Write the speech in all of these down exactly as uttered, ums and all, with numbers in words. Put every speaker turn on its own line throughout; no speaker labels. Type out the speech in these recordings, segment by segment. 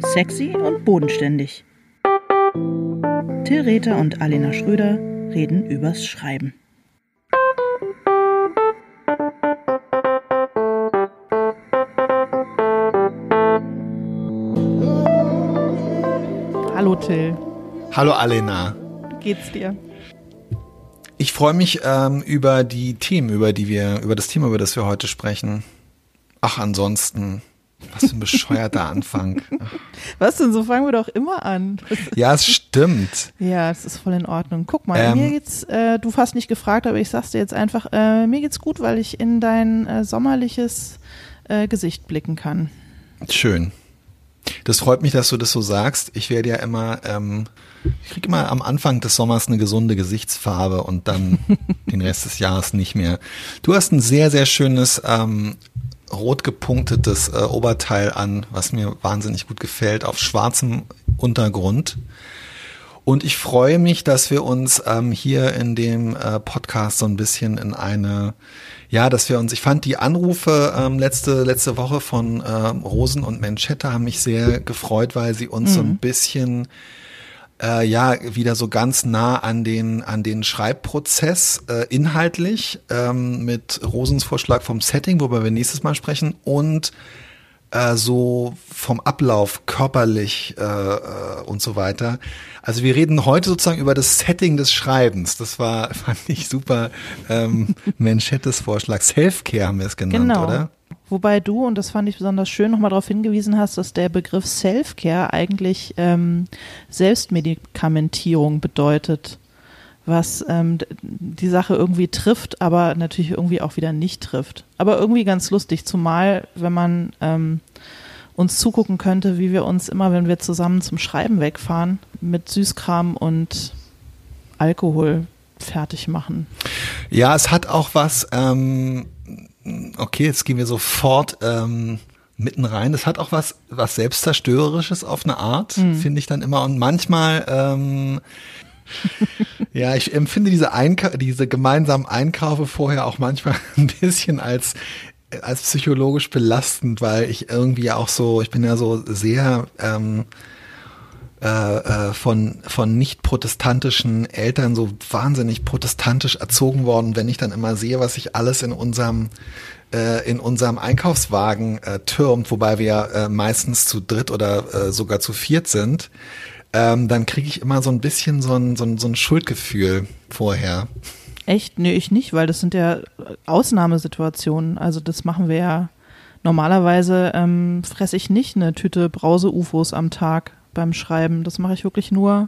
Sexy und bodenständig. Till Rether und Alena Schröder reden übers Schreiben.
Hallo Till.
Hallo Alena.
Wie geht's dir?
Ich freue mich ähm, über die Themen, über die wir, über das Thema, über das wir heute sprechen. Ach, ansonsten, was für ein bescheuerter Anfang.
Was denn? So fangen wir doch immer an.
Ja, es stimmt.
Ja, es ist voll in Ordnung. Guck mal,
Ähm,
mir geht's, äh, du hast nicht gefragt, aber ich sag's dir jetzt einfach, äh, mir geht's gut, weil ich in dein äh, sommerliches äh, Gesicht blicken kann.
Schön. Das freut mich, dass du das so sagst. Ich werde ja immer, ähm, ich kriege immer am Anfang des Sommers eine gesunde Gesichtsfarbe und dann den Rest des Jahres nicht mehr. Du hast ein sehr, sehr schönes, ähm, rot gepunktetes äh, Oberteil an, was mir wahnsinnig gut gefällt, auf schwarzem Untergrund. Und ich freue mich, dass wir uns ähm, hier in dem äh, Podcast so ein bisschen in eine, ja, dass wir uns, ich fand die Anrufe ähm, letzte letzte Woche von ähm, Rosen und Menchetta haben mich sehr gefreut, weil sie uns mhm. so ein bisschen äh, ja wieder so ganz nah an den an den Schreibprozess äh, inhaltlich ähm, mit Rosens Vorschlag vom Setting, worüber wir nächstes Mal sprechen, und äh, so vom Ablauf körperlich äh, äh, und so weiter. Also wir reden heute sozusagen über das Setting des Schreibens. Das war, fand ich super, ähm, Menchettes Vorschlag. Self-Care haben wir es genannt,
genau.
Oder?
Wobei du, und das fand ich besonders schön, nochmal darauf hingewiesen hast, dass der Begriff Self-Care eigentlich ähm, Selbstmedikamentierung bedeutet, was ähm, die Sache irgendwie trifft, aber natürlich irgendwie auch wieder nicht trifft. Aber irgendwie ganz lustig, zumal wenn man ähm, uns zugucken könnte, wie wir uns immer, wenn wir zusammen zum Schreiben wegfahren, mit Süßkram und Alkohol fertig machen.
Ja, es hat auch was, ähm, okay, jetzt gehen wir sofort ähm, mitten rein. Es hat auch was, was Selbstzerstörerisches auf eine Art, mhm. finde ich dann immer. Und manchmal, ähm, ja, ich empfinde diese, Einka- diese gemeinsamen Einkaufe vorher auch manchmal ein bisschen als als psychologisch belastend, weil ich irgendwie auch so, ich bin ja so sehr ähm, äh, äh, von von nicht protestantischen Eltern so wahnsinnig protestantisch erzogen worden, wenn ich dann immer sehe, was sich alles in unserem äh, in unserem Einkaufswagen äh, türmt, wobei wir äh, meistens zu dritt oder äh, sogar zu viert sind, ähm, dann kriege ich immer so ein bisschen so ein, so ein so ein Schuldgefühl vorher.
Echt? Nee, ich nicht, weil das sind ja Ausnahmesituationen. Also das machen wir ja normalerweise, ähm, fresse ich nicht eine Tüte Brause-U F Os am Tag beim Schreiben. Das mache ich wirklich nur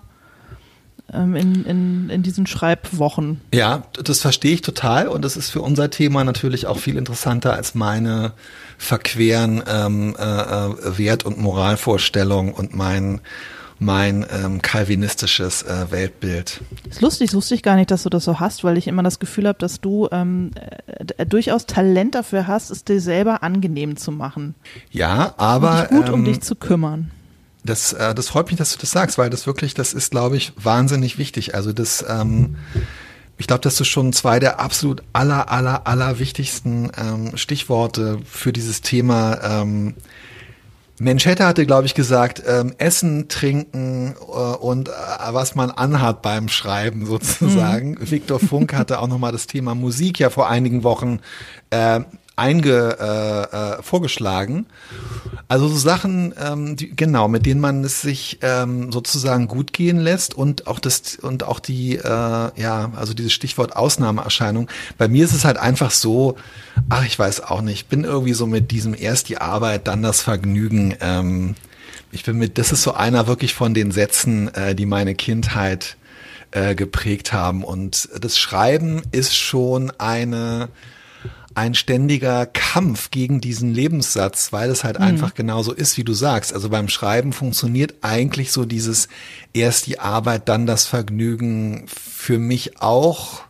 ähm, in, in, in diesen Schreibwochen.
Ja, das verstehe ich total, und das ist für unser Thema natürlich auch viel interessanter als meine verqueren ähm, äh, Wert- und Moralvorstellungen und mein mein ähm, calvinistisches äh, Weltbild.
Ist lustig, das wusste ich gar nicht, dass du das so hast, weil ich immer das Gefühl habe, dass du ähm, äh, durchaus Talent dafür hast, es dir selber angenehm zu machen.
Ja, aber
und dich gut
ähm,
um dich zu kümmern.
Das, äh, das freut mich, dass du das sagst, weil das wirklich, das ist, glaube ich, wahnsinnig wichtig. Also das, ähm, ich glaube, dass du schon zwei der absolut aller, aller, aller wichtigsten ähm, Stichworte für dieses Thema ähm, Menchetta hatte, glaube ich, gesagt, ähm, Essen, Trinken äh, und äh, was man anhat beim Schreiben sozusagen. Mhm. Viktor Funk hatte auch nochmal das Thema Musik ja vor einigen Wochen äh, einge, äh, äh, vorgeschlagen. Also so Sachen, ähm, die, genau, mit denen man es sich ähm, sozusagen gut gehen lässt, und auch das und auch die, äh, ja, also dieses Stichwort Ausnahmeerscheinung. Bei mir ist es halt einfach so, ach, ich weiß auch nicht, ich bin irgendwie so mit diesem erst die Arbeit, dann das Vergnügen. Ähm, ich bin mit, das ist so einer wirklich von den Sätzen, äh, die meine Kindheit äh, geprägt haben. Und das Schreiben ist schon eine ein ständiger Kampf gegen diesen Lebenssatz, weil es halt mhm. einfach genauso ist, wie du sagst. Also beim Schreiben funktioniert eigentlich so dieses erst die Arbeit, dann das Vergnügen für mich auch.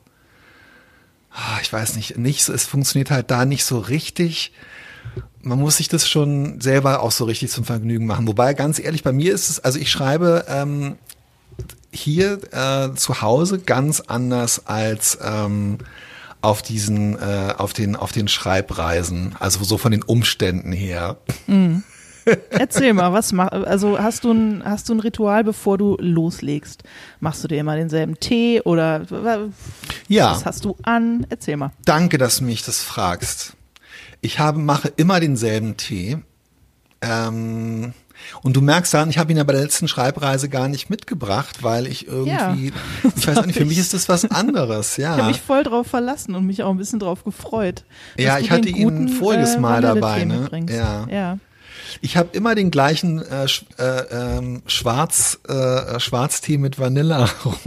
Ich weiß nicht, nicht, es funktioniert halt da nicht so richtig. Man muss sich das schon selber auch so richtig zum Vergnügen machen. Wobei, ganz ehrlich, bei mir ist es, also ich schreibe ähm, hier äh, zu Hause ganz anders als ähm, auf diesen, äh, auf den, auf den Schreibreisen, also so von den Umständen her.
Mhm. Erzähl mal, was mach, also hast du ein, hast du ein Ritual, bevor du loslegst? Machst du dir immer denselben Tee oder
ja.
was hast du an? Erzähl mal.
Danke, dass du mich das fragst. Ich habe, mache immer denselben Tee. Ähm, und du merkst dann, ich habe ihn ja bei der letzten Schreibreise gar nicht mitgebracht, weil ich irgendwie, ja, ich weiß auch nicht, für mich ist das was anderes, ja.
Ich habe mich voll drauf verlassen und mich auch ein bisschen drauf gefreut.
Ja, ich hatte ihn voriges Mal äh, dabei, ne?
Ja. ja.
Ich habe immer den gleichen äh, sch, äh, ähm, Schwarz, äh, Schwarztee mit Vanille.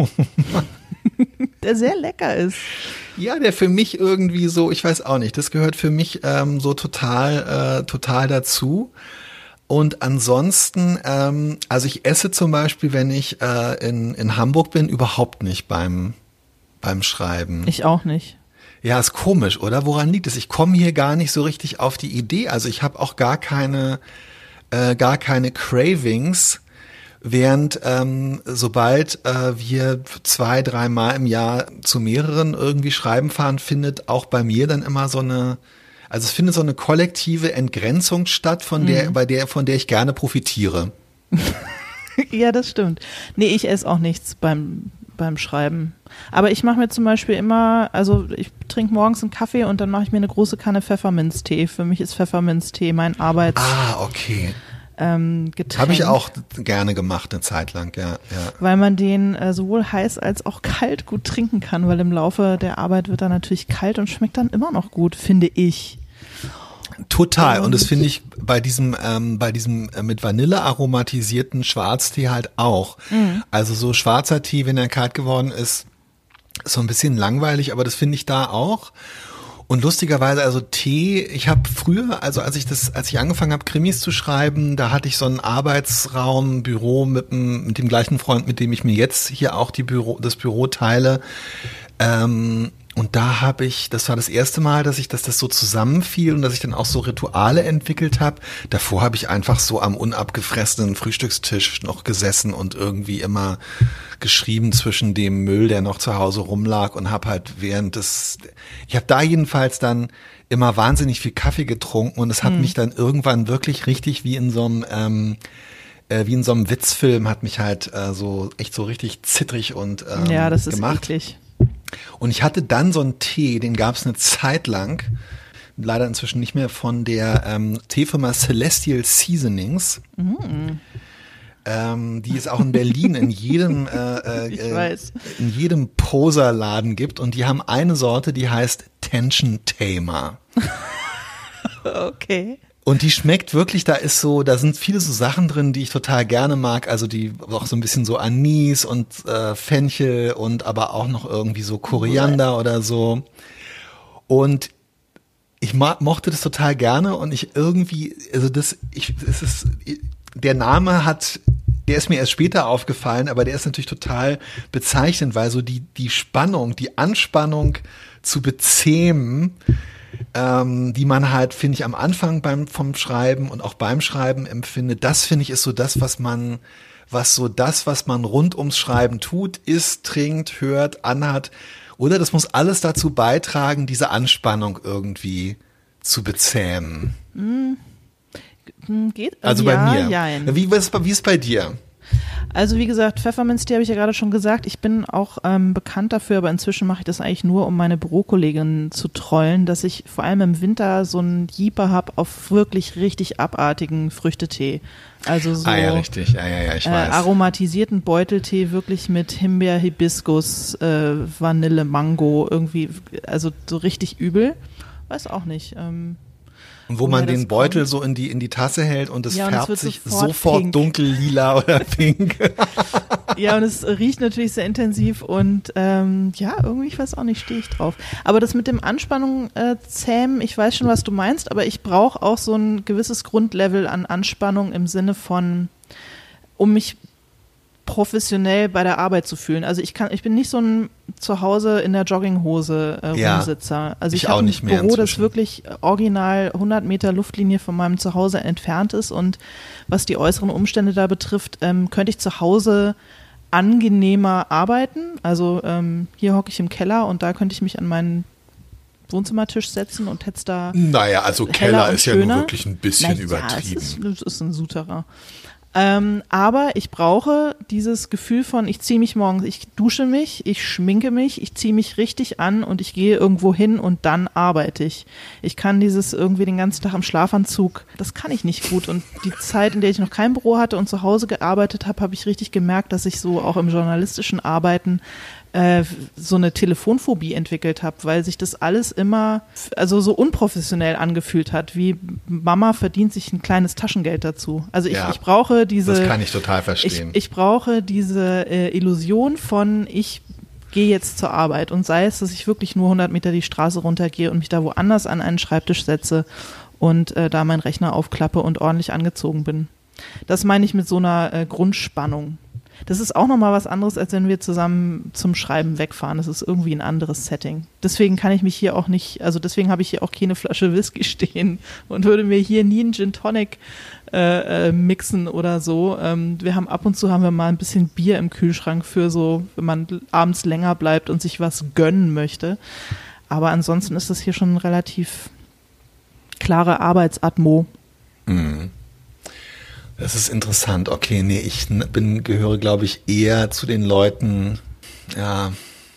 Der sehr lecker ist.
Ja, der für mich irgendwie so, ich weiß auch nicht, das gehört für mich ähm, so total, äh, total dazu. Und ansonsten, ähm, also ich esse zum Beispiel, wenn ich äh, in, in Hamburg bin, überhaupt nicht beim, beim Schreiben.
Ich auch nicht.
Ja, ist komisch, oder? Woran liegt es? Ich komme hier gar nicht so richtig auf die Idee. Also ich habe auch gar keine, äh, gar keine Cravings, während ähm, sobald äh, wir zwei, dreimal im Jahr zu mehreren irgendwie schreiben fahren, findet auch bei mir dann immer so eine, also es findet so eine kollektive Entgrenzung statt, von der, mhm. bei der, von der ich gerne profitiere.
Ja, das stimmt. Nee, ich esse auch nichts beim beim Schreiben. Aber ich mache mir zum Beispiel immer, also ich trinke morgens einen Kaffee und dann mache ich mir eine große Kanne Pfefferminztee. Für mich ist Pfefferminztee mein Arbeits...
Ah, okay.
Ähm, Getränk.
Habe ich auch gerne gemacht eine Zeit lang, ja. ja.
Weil man den äh, sowohl heiß als auch kalt gut trinken kann, weil im Laufe der Arbeit wird er natürlich kalt und schmeckt dann immer noch gut, finde ich.
Total. Und das finde ich bei diesem, ähm, bei diesem äh, mit Vanille aromatisierten Schwarztee halt auch. Mhm. Also so schwarzer Tee, wenn er kalt geworden ist, ist so ein bisschen langweilig, aber das finde ich da auch. Und lustigerweise, also Tee, ich habe früher, also als ich das, als ich angefangen habe, Krimis zu schreiben, da hatte ich so einen Arbeitsraum, Büro mit dem, mit dem gleichen Freund, mit dem ich mir jetzt hier auch die Büro, das Büro teile. Ähm, Und da habe ich, das war das erste Mal, dass ich, dass das so zusammenfiel und dass ich dann auch so Rituale entwickelt habe. Davor habe ich einfach so am unabgefressenen Frühstückstisch noch gesessen und irgendwie immer geschrieben zwischen dem Müll, der noch zu Hause rumlag, und habe halt während des, ich habe da jedenfalls dann immer wahnsinnig viel Kaffee getrunken und es hat hm. mich dann irgendwann wirklich richtig wie in so einem, ähm, äh, wie in so einem Witzfilm hat mich halt äh, so echt so richtig zittrig und ähm,
ja, das ist
gemacht.
Eklig.
Und ich hatte dann so einen Tee, den gab es eine Zeit lang, leider inzwischen nicht mehr, von der ähm, Teefirma Celestial Seasonings. Mhm. Ähm, die es auch in Berlin in jedem äh, äh, in jedem Poserladen gibt. Und die haben eine Sorte, die heißt Tension Tamer.
Okay.
Und die schmeckt wirklich, da ist so, da sind viele so Sachen drin, die ich total gerne mag, also die auch so ein bisschen so Anis und äh, Fenchel und aber auch noch irgendwie so Koriander oder so. Und ich ma- mochte das total gerne und ich irgendwie, also das, ich, es ist, der Name hat, der ist mir erst später aufgefallen, aber der ist natürlich total bezeichnend, weil so die, die Spannung, die Anspannung zu bezähmen, Ähm, die man halt, finde ich, am Anfang beim vom Schreiben und auch beim Schreiben empfindet, das finde ich ist so das, was man, was so das, was man rund ums Schreiben tut, isst, trinkt, hört, anhat, oder das muss alles dazu beitragen, diese Anspannung irgendwie zu bezähmen.
Mhm. Geht?
Also
ja,
bei mir.
Jein.
Wie, was, wie ist bei dir?
Also wie gesagt, Pfefferminztee habe ich ja gerade schon gesagt. Ich bin auch ähm, bekannt dafür, aber inzwischen mache ich das eigentlich nur, um meine Bürokolleginnen zu trollen, dass ich vor allem im Winter so einen Jeeper habe auf wirklich richtig abartigen Früchtetee. Also so
ah, ja, richtig. Ja, ja, ja, ich
äh,
weiß.
aromatisierten Beuteltee wirklich mit Himbeer, Hibiskus, äh, Vanille, Mango, irgendwie, also so richtig übel. Weiß auch nicht. Ähm,
Und wo man den Beutel kommt. so in die in die Tasse hält und es
ja,
färbt
und es
sich
sofort,
sofort dunkel lila oder pink.
Ja, und es riecht natürlich sehr intensiv und ähm, ja, irgendwie, ich weiß auch nicht, stehe ich drauf. Aber das mit dem Anspannung äh, zähmen, ich weiß schon, was du meinst, aber ich brauche auch so ein gewisses Grundlevel an Anspannung im Sinne von, um mich professionell bei der Arbeit zu fühlen. Also ich kann, ich bin nicht so ein zu Hause in der Jogginghose äh,
ja,
Rumsitzer. Also ich,
ich
habe ein
nicht mehr
Büro,
inzwischen.
das wirklich original hundert Meter Luftlinie von meinem Zuhause entfernt ist, und was die äußeren Umstände da betrifft, ähm, könnte ich zu Hause angenehmer arbeiten. Also ähm, hier hocke ich im Keller und da könnte ich mich an meinen Wohnzimmertisch setzen und hätt's da
Naja, also Keller ist ja nun wirklich ein bisschen
naja,
übertrieben.
Es ist, es ist ein Souterrain. Ähm, aber ich brauche dieses Gefühl von, ich ziehe mich morgens, ich dusche mich, ich schminke mich, ich ziehe mich richtig an und ich gehe irgendwo hin und dann arbeite ich. Ich kann dieses irgendwie den ganzen Tag im Schlafanzug, das kann ich nicht gut. Und die Zeit, in der ich noch kein Büro hatte und zu Hause gearbeitet habe, habe ich richtig gemerkt, dass ich so auch im journalistischen Arbeiten so eine Telefonphobie entwickelt habe, weil sich das alles immer also so unprofessionell angefühlt hat, wie Mama verdient sich ein kleines Taschengeld dazu. Also ich,
ja,
ich brauche diese
das kann ich total verstehen.
Ich, ich brauche diese äh, Illusion von ich gehe jetzt zur Arbeit und sei es, dass ich wirklich nur hundert Meter die Straße runtergehe und mich da woanders an einen Schreibtisch setze und äh, da meinen Rechner aufklappe und ordentlich angezogen bin. Das meine ich mit so einer äh, Grundspannung. Das ist auch nochmal was anderes, als wenn wir zusammen zum Schreiben wegfahren. Das ist irgendwie ein anderes Setting. Deswegen kann ich mich hier auch nicht, also deswegen habe ich hier auch keine Flasche Whisky stehen und würde mir hier nie einen Gin Tonic äh, äh, mixen oder so. Ähm, wir haben ab und zu haben wir mal ein bisschen Bier im Kühlschrank für so, wenn man abends länger bleibt und sich was gönnen möchte. Aber ansonsten ist das hier schon ein relativ klare Arbeitsatmo.
Mhm. Das ist interessant. Okay, nee, ich bin, gehöre, glaube ich, eher zu den Leuten, ja.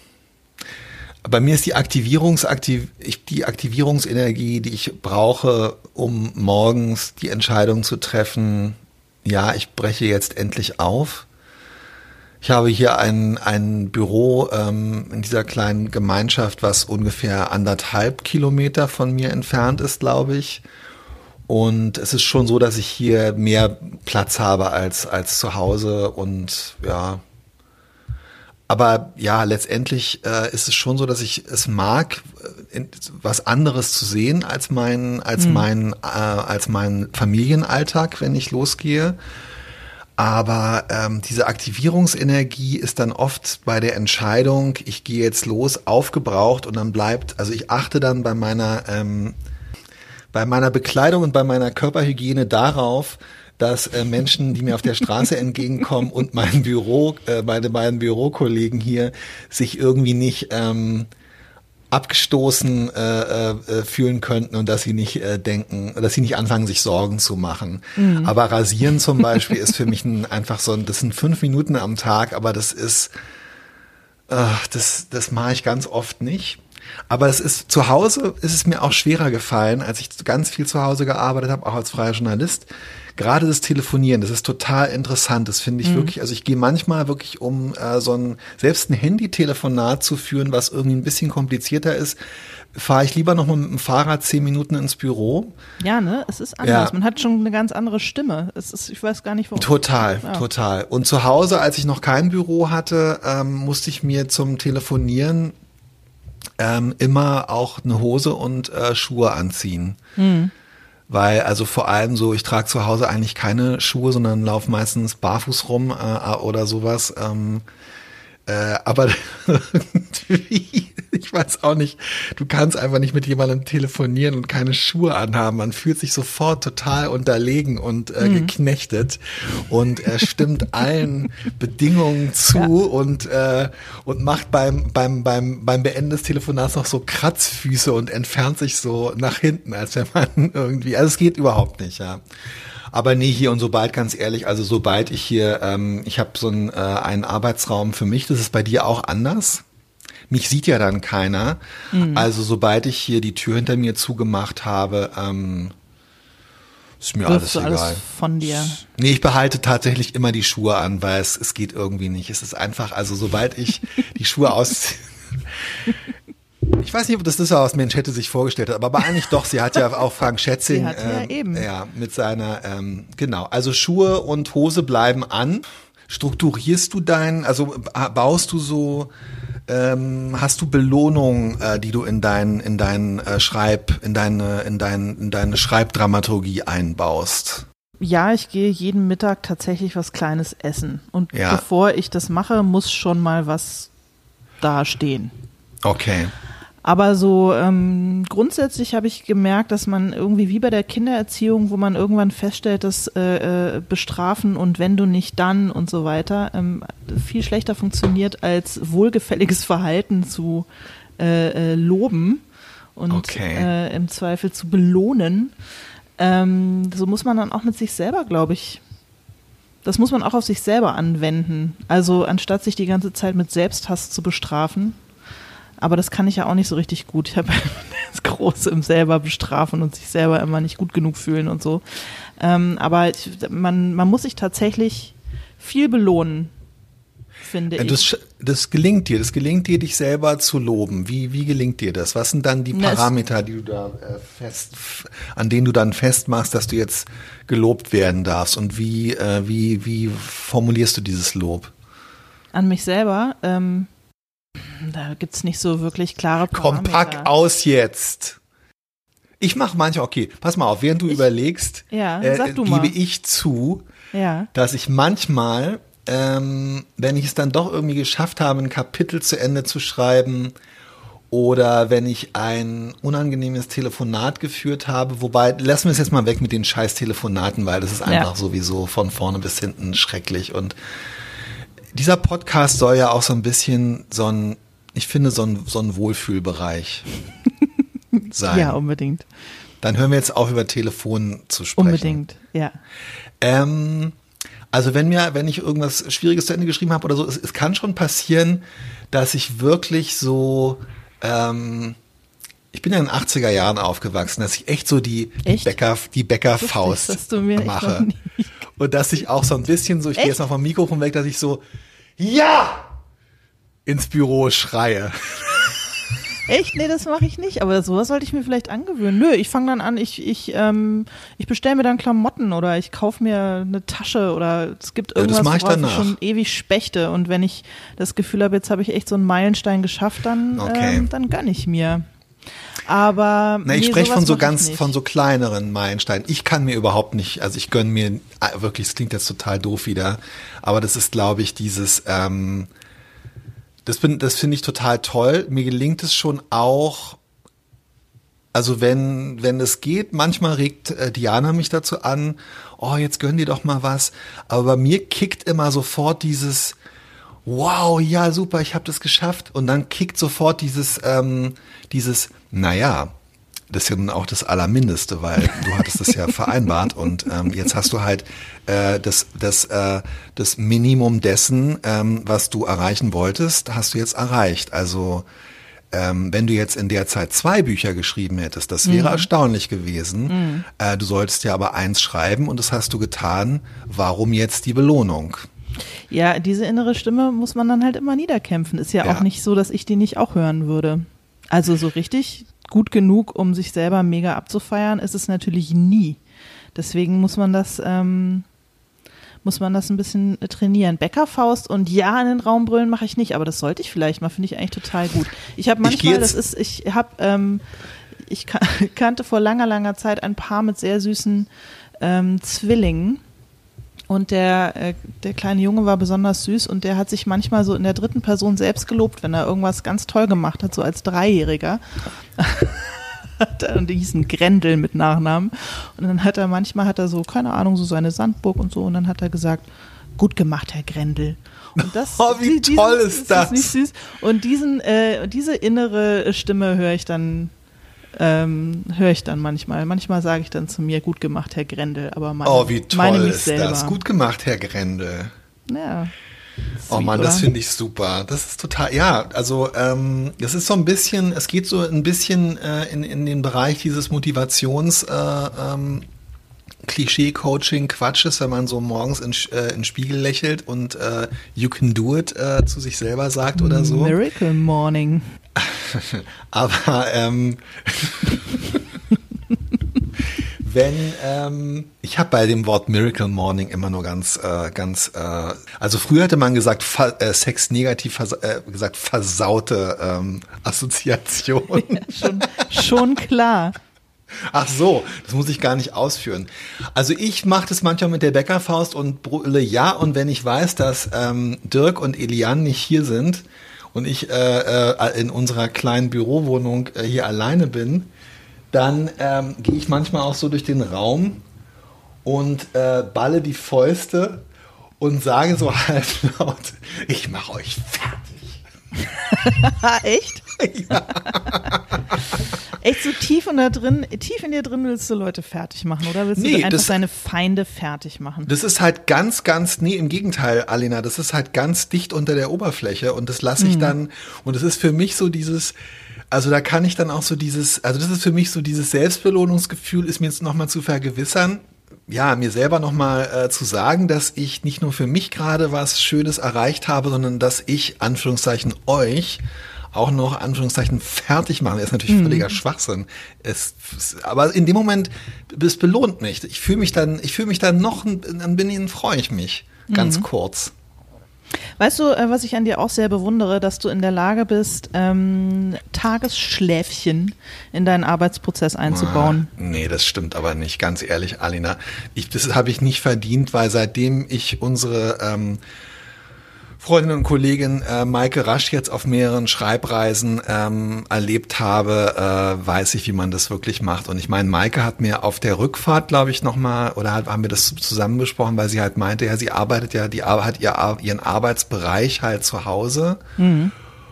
Bei mir ist die Aktivierungsaktiv, ich, die Aktivierungsenergie, die ich brauche, um morgens die Entscheidung zu treffen, ja, ich breche jetzt endlich auf. Ich habe hier ein, ein Büro ähm, in dieser kleinen Gemeinschaft, was ungefähr anderthalb Kilometer von mir entfernt ist, glaube ich. Und es ist schon so, dass ich hier mehr Platz habe als, als zu Hause und ja. Aber ja, letztendlich äh, ist es schon so, dass ich es mag, in, was anderes zu sehen als mein, als mhm. mein, äh, als mein Familienalltag, wenn ich losgehe. Aber ähm, diese Aktivierungsenergie ist dann oft bei der Entscheidung, ich gehe jetzt los, aufgebraucht und dann bleibt, also ich achte dann bei meiner ähm, bei meiner Bekleidung und bei meiner Körperhygiene darauf, dass äh, Menschen, die mir auf der Straße entgegenkommen und mein Büro, äh, meine beiden Bürokollegen hier sich irgendwie nicht ähm, abgestoßen äh, äh, fühlen könnten und dass sie nicht äh, denken, dass sie nicht anfangen, sich Sorgen zu machen. Mhm. Aber Rasieren zum Beispiel ist für mich ein, einfach so ein, das sind fünf Minuten am Tag, aber das ist, äh, das, das mache ich ganz oft nicht. Aber es ist zu Hause ist es mir auch schwerer gefallen, als ich ganz viel zu Hause gearbeitet habe, auch als freier Journalist. Gerade das Telefonieren, das ist total interessant. Das finde ich mhm. wirklich, also ich gehe manchmal wirklich, um äh, so ein, selbst ein Handy-Telefonat zu führen, was irgendwie ein bisschen komplizierter ist, fahre ich lieber nochmal mit dem Fahrrad zehn Minuten ins Büro.
Ja, ne, es ist anders. Ja. Man hat schon eine ganz andere Stimme. Es ist, ich weiß gar nicht, warum.
Total,
ja.
total. Und zu Hause, als ich noch kein Büro hatte, ähm, musste ich mir zum Telefonieren Ähm, immer auch eine Hose und äh, Schuhe anziehen. Mhm. Weil, also vor allem so, ich trage zu Hause eigentlich keine Schuhe, sondern laufe meistens barfuß rum äh, oder sowas. Ähm, äh, aber irgendwie, ich weiß auch nicht, du kannst einfach nicht mit jemandem telefonieren und keine Schuhe anhaben. Man fühlt sich sofort total unterlegen und äh, mhm. geknechtet und er stimmt allen Bedingungen zu ja. und äh, und macht beim beim beim beim Beenden des Telefonats noch so Kratzfüße und entfernt sich so nach hinten, als wenn man irgendwie, also es geht überhaupt nicht, ja. Aber nee, hier und sobald, ganz ehrlich, also sobald ich hier, ähm, ich habe so einen, äh, einen Arbeitsraum für mich, das ist bei dir auch anders. Mich sieht ja dann keiner. Mhm. Also sobald ich hier die Tür hinter mir zugemacht habe, ähm, ist mir alles egal. Alles
von dir?
Nee, ich behalte tatsächlich immer die Schuhe an, weil es, es geht irgendwie nicht. Es ist einfach, also sobald ich die Schuhe ausziehe, ich weiß nicht, ob das das war, was Menschette sich vorgestellt hat, aber eigentlich doch. Sie hat ja auch Frank Schätzing,
sie hat ja,
ähm,
eben.
ja mit seiner, ähm, genau. Also Schuhe und Hose bleiben an. Strukturierst du dein, also baust du so, ähm, hast du Belohnungen, äh, die du in dein, in dein äh, Schreib, in deine, in dein, in deine Schreibdramaturgie einbaust?
Ja, ich gehe jeden Mittag tatsächlich was Kleines essen. Und
ja.
bevor ich das mache, muss schon mal was da stehen.
Okay.
Aber so ähm, grundsätzlich habe ich gemerkt, dass man irgendwie wie bei der Kindererziehung, wo man irgendwann feststellt, dass äh, äh, Bestrafen und wenn du nicht dann und so weiter ähm, viel schlechter funktioniert als wohlgefälliges Verhalten zu äh, äh, loben und
okay.
äh, im Zweifel zu belohnen. Ähm, so muss man dann auch mit sich selber, glaube ich, das muss man auch auf sich selber anwenden. Also anstatt sich die ganze Zeit mit Selbsthass zu bestrafen. Aber das kann ich ja auch nicht so richtig gut. Ich habe das Große im selber bestrafen und sich selber immer nicht gut genug fühlen und so. Ähm, aber ich, man, man muss sich tatsächlich viel belohnen, finde ich.
Das, das gelingt dir, das gelingt dir, dich selber zu loben. Wie, wie gelingt dir das? Was sind dann die Parameter, die du da äh, fest, an denen du dann festmachst, dass du jetzt gelobt werden darfst? Und wie, äh, wie, wie formulierst du dieses Lob?
An mich selber? Ähm, da gibt's nicht so wirklich klare Parameter.
Komm, pack aus jetzt. Ich mache manchmal, okay, pass mal auf, während du
ich,
überlegst,
ja,
äh,
sag du
gebe
mal.
ich zu,
ja.
dass ich manchmal, ähm, wenn ich es dann doch irgendwie geschafft habe, ein Kapitel zu Ende zu schreiben oder wenn ich ein unangenehmes Telefonat geführt habe, wobei, lassen wir es jetzt mal weg mit den scheiß Telefonaten, weil das ist einfach ja. sowieso von vorne bis hinten schrecklich. Und dieser Podcast soll ja auch so ein bisschen so ein, ich finde, so ein, so ein Wohlfühlbereich sein.
Ja, unbedingt.
Dann hören wir jetzt auf, über Telefon zu sprechen.
Unbedingt, ja.
Ähm, also wenn mir, wenn ich irgendwas Schwieriges zu Ende geschrieben habe oder so, es, es kann schon passieren, dass ich wirklich so, ähm, ich bin ja in den achtziger Jahren aufgewachsen, dass ich echt so die
echt?
Bäcker, die Bäckerfaust
das du mir
mache. Und dass ich auch so ein bisschen so, ich gehe jetzt mal vom Mikrofon weg, dass ich so, ja, ins Büro schreie.
Echt? Nee, das mache ich nicht. Aber sowas sollte ich mir vielleicht angewöhnen. Nö, ich fange dann an, ich, ich, ähm, ich bestelle mir dann Klamotten oder ich kaufe mir eine Tasche oder es gibt irgendwas,
ja, das
worauf
ich,
ich schon ewig spechte. Und wenn ich das Gefühl habe, jetzt habe ich echt so einen Meilenstein geschafft, dann,
okay.
ähm, dann gönne ich mir. Aber
Na, ich
nee,
spreche von so ganz,
nicht.
von so kleineren Meilensteinen. Ich kann mir überhaupt nicht, also ich gönne mir wirklich, es klingt jetzt total doof wieder, aber das ist, glaube ich, dieses, ähm, das bin, das finde ich total toll. Mir gelingt es schon auch, also wenn, wenn es geht, manchmal regt äh, Diana mich dazu an, oh, jetzt gönn dir doch mal was. Aber bei mir kickt immer sofort dieses, wow, ja, super, ich habe das geschafft. Und dann kickt sofort dieses, ähm, dieses, naja, das ist ja nun auch das Allermindeste, weil du hattest das ja vereinbart und ähm, jetzt hast du halt äh, das, das, äh, das Minimum dessen, ähm, was du erreichen wolltest, hast du jetzt erreicht. Also ähm, wenn du jetzt in der Zeit zwei Bücher geschrieben hättest, das wäre mhm. erstaunlich gewesen. Mhm. Äh, du solltest ja aber eins schreiben und das hast du getan. Warum jetzt die Belohnung?
Ja, diese innere Stimme muss man dann halt immer niederkämpfen. Ist ja, ja auch nicht so, dass ich die nicht auch hören würde. Also so richtig gut genug, um sich selber mega abzufeiern, ist es natürlich nie. Deswegen muss man das, ähm, muss man das ein bisschen trainieren. Bäckerfaust und ja in den Raum brüllen mache ich nicht, aber das sollte ich vielleicht mal, finde ich eigentlich total gut. Ich habe manchmal, ich das ist, ich habe, ähm, ich kan- kannte vor langer, langer Zeit ein Paar mit sehr süßen ähm, Zwillingen. Und der, äh, der kleine Junge war besonders süß und der hat sich manchmal so in der dritten Person selbst gelobt, wenn er irgendwas ganz toll gemacht hat, so als Dreijähriger. Und die hießen Grendel mit Nachnamen. Und dann hat er manchmal, hat er so, keine Ahnung, so seine Sandburg und so. Und dann hat er gesagt, gut gemacht, Herr Grendel. Und das,
oh, wie
diesen,
toll ist, ist das?
das nicht süß? Und diesen, äh, diese innere Stimme höre ich dann Ähm, höre ich dann manchmal. Manchmal sage ich dann zu mir, gut gemacht, Herr Grendel, aber meine,
oh, wie toll
meine mich
ist
selber.
Das? Gut gemacht, Herr Grendel.
Ja.
Oh
Sweet,
Mann,
oder?
das finde ich super. Das ist total, ja, also ähm, das ist so ein bisschen, es geht so ein bisschen äh, in, in den Bereich dieses Motivations äh, ähm, Klischee-Coaching-Quatsches, wenn man so morgens in, äh, in den Spiegel lächelt und äh, you can do it äh, zu sich selber sagt oder so.
Miracle Morning.
Aber ähm, wenn, ähm, ich habe bei dem Wort Miracle Morning immer nur ganz, äh, ganz, äh, also früher hatte man gesagt, fa- äh, Sex negativ vers- äh, gesagt, versaute ähm, Assoziation.
Ja, schon, schon klar.
Ach so, das muss ich gar nicht ausführen. Also ich mache das manchmal mit der Bäckerfaust und brülle ja, und wenn ich weiß, dass ähm, Dirk und Elian nicht hier sind und ich äh, äh, in unserer kleinen Bürowohnung äh, hier alleine bin, dann ähm, gehe ich manchmal auch so durch den Raum und äh, balle die Fäuste und sage so halblaut, ich mache euch fertig.
Echt?
Ja.
Echt so tief in, da drin, tief in dir drin willst du Leute fertig machen, oder willst du
Nee,
dann einfach
das-
deine Feinde fertig machen?
Das ist halt ganz, ganz, nee, im Gegenteil, Alena, das ist halt ganz dicht unter der Oberfläche und das lasse ich
Mhm.
dann, und das ist für mich so dieses, also da kann ich dann auch so dieses, also das ist für mich so dieses Selbstbelohnungsgefühl, ist mir jetzt nochmal zu vergewissern, ja, mir selber nochmal äh, zu sagen, dass ich nicht nur für mich gerade was Schönes erreicht habe, sondern dass ich, Anführungszeichen, euch auch noch, Anführungszeichen, fertig machen. Das ist natürlich völliger Schwachsinn. Es, es, aber in dem Moment, es belohnt mich. Ich fühle mich dann, ich fühle mich dann noch, ein bisschen freue ich mich. Ganz kurz.
Weißt du, äh, was ich an dir auch sehr bewundere, dass du in der Lage bist, ähm, Tagesschläfchen in deinen Arbeitsprozess einzubauen.
Ah, nee, das stimmt aber nicht, ganz ehrlich, Alina. Ich, das habe ich nicht verdient, weil seitdem ich unsere ähm, Freundin und Kollegin äh, Maike Rasch jetzt auf mehreren Schreibreisen ähm, erlebt habe, äh, weiß ich, wie man das wirklich macht. Und ich meine, Maike hat mir auf der Rückfahrt, glaube ich, nochmal, oder halt, haben wir das zusammen besprochen, weil sie halt meinte, ja, sie arbeitet ja, die hat ihr, ihren Arbeitsbereich halt zu Hause.
Mhm.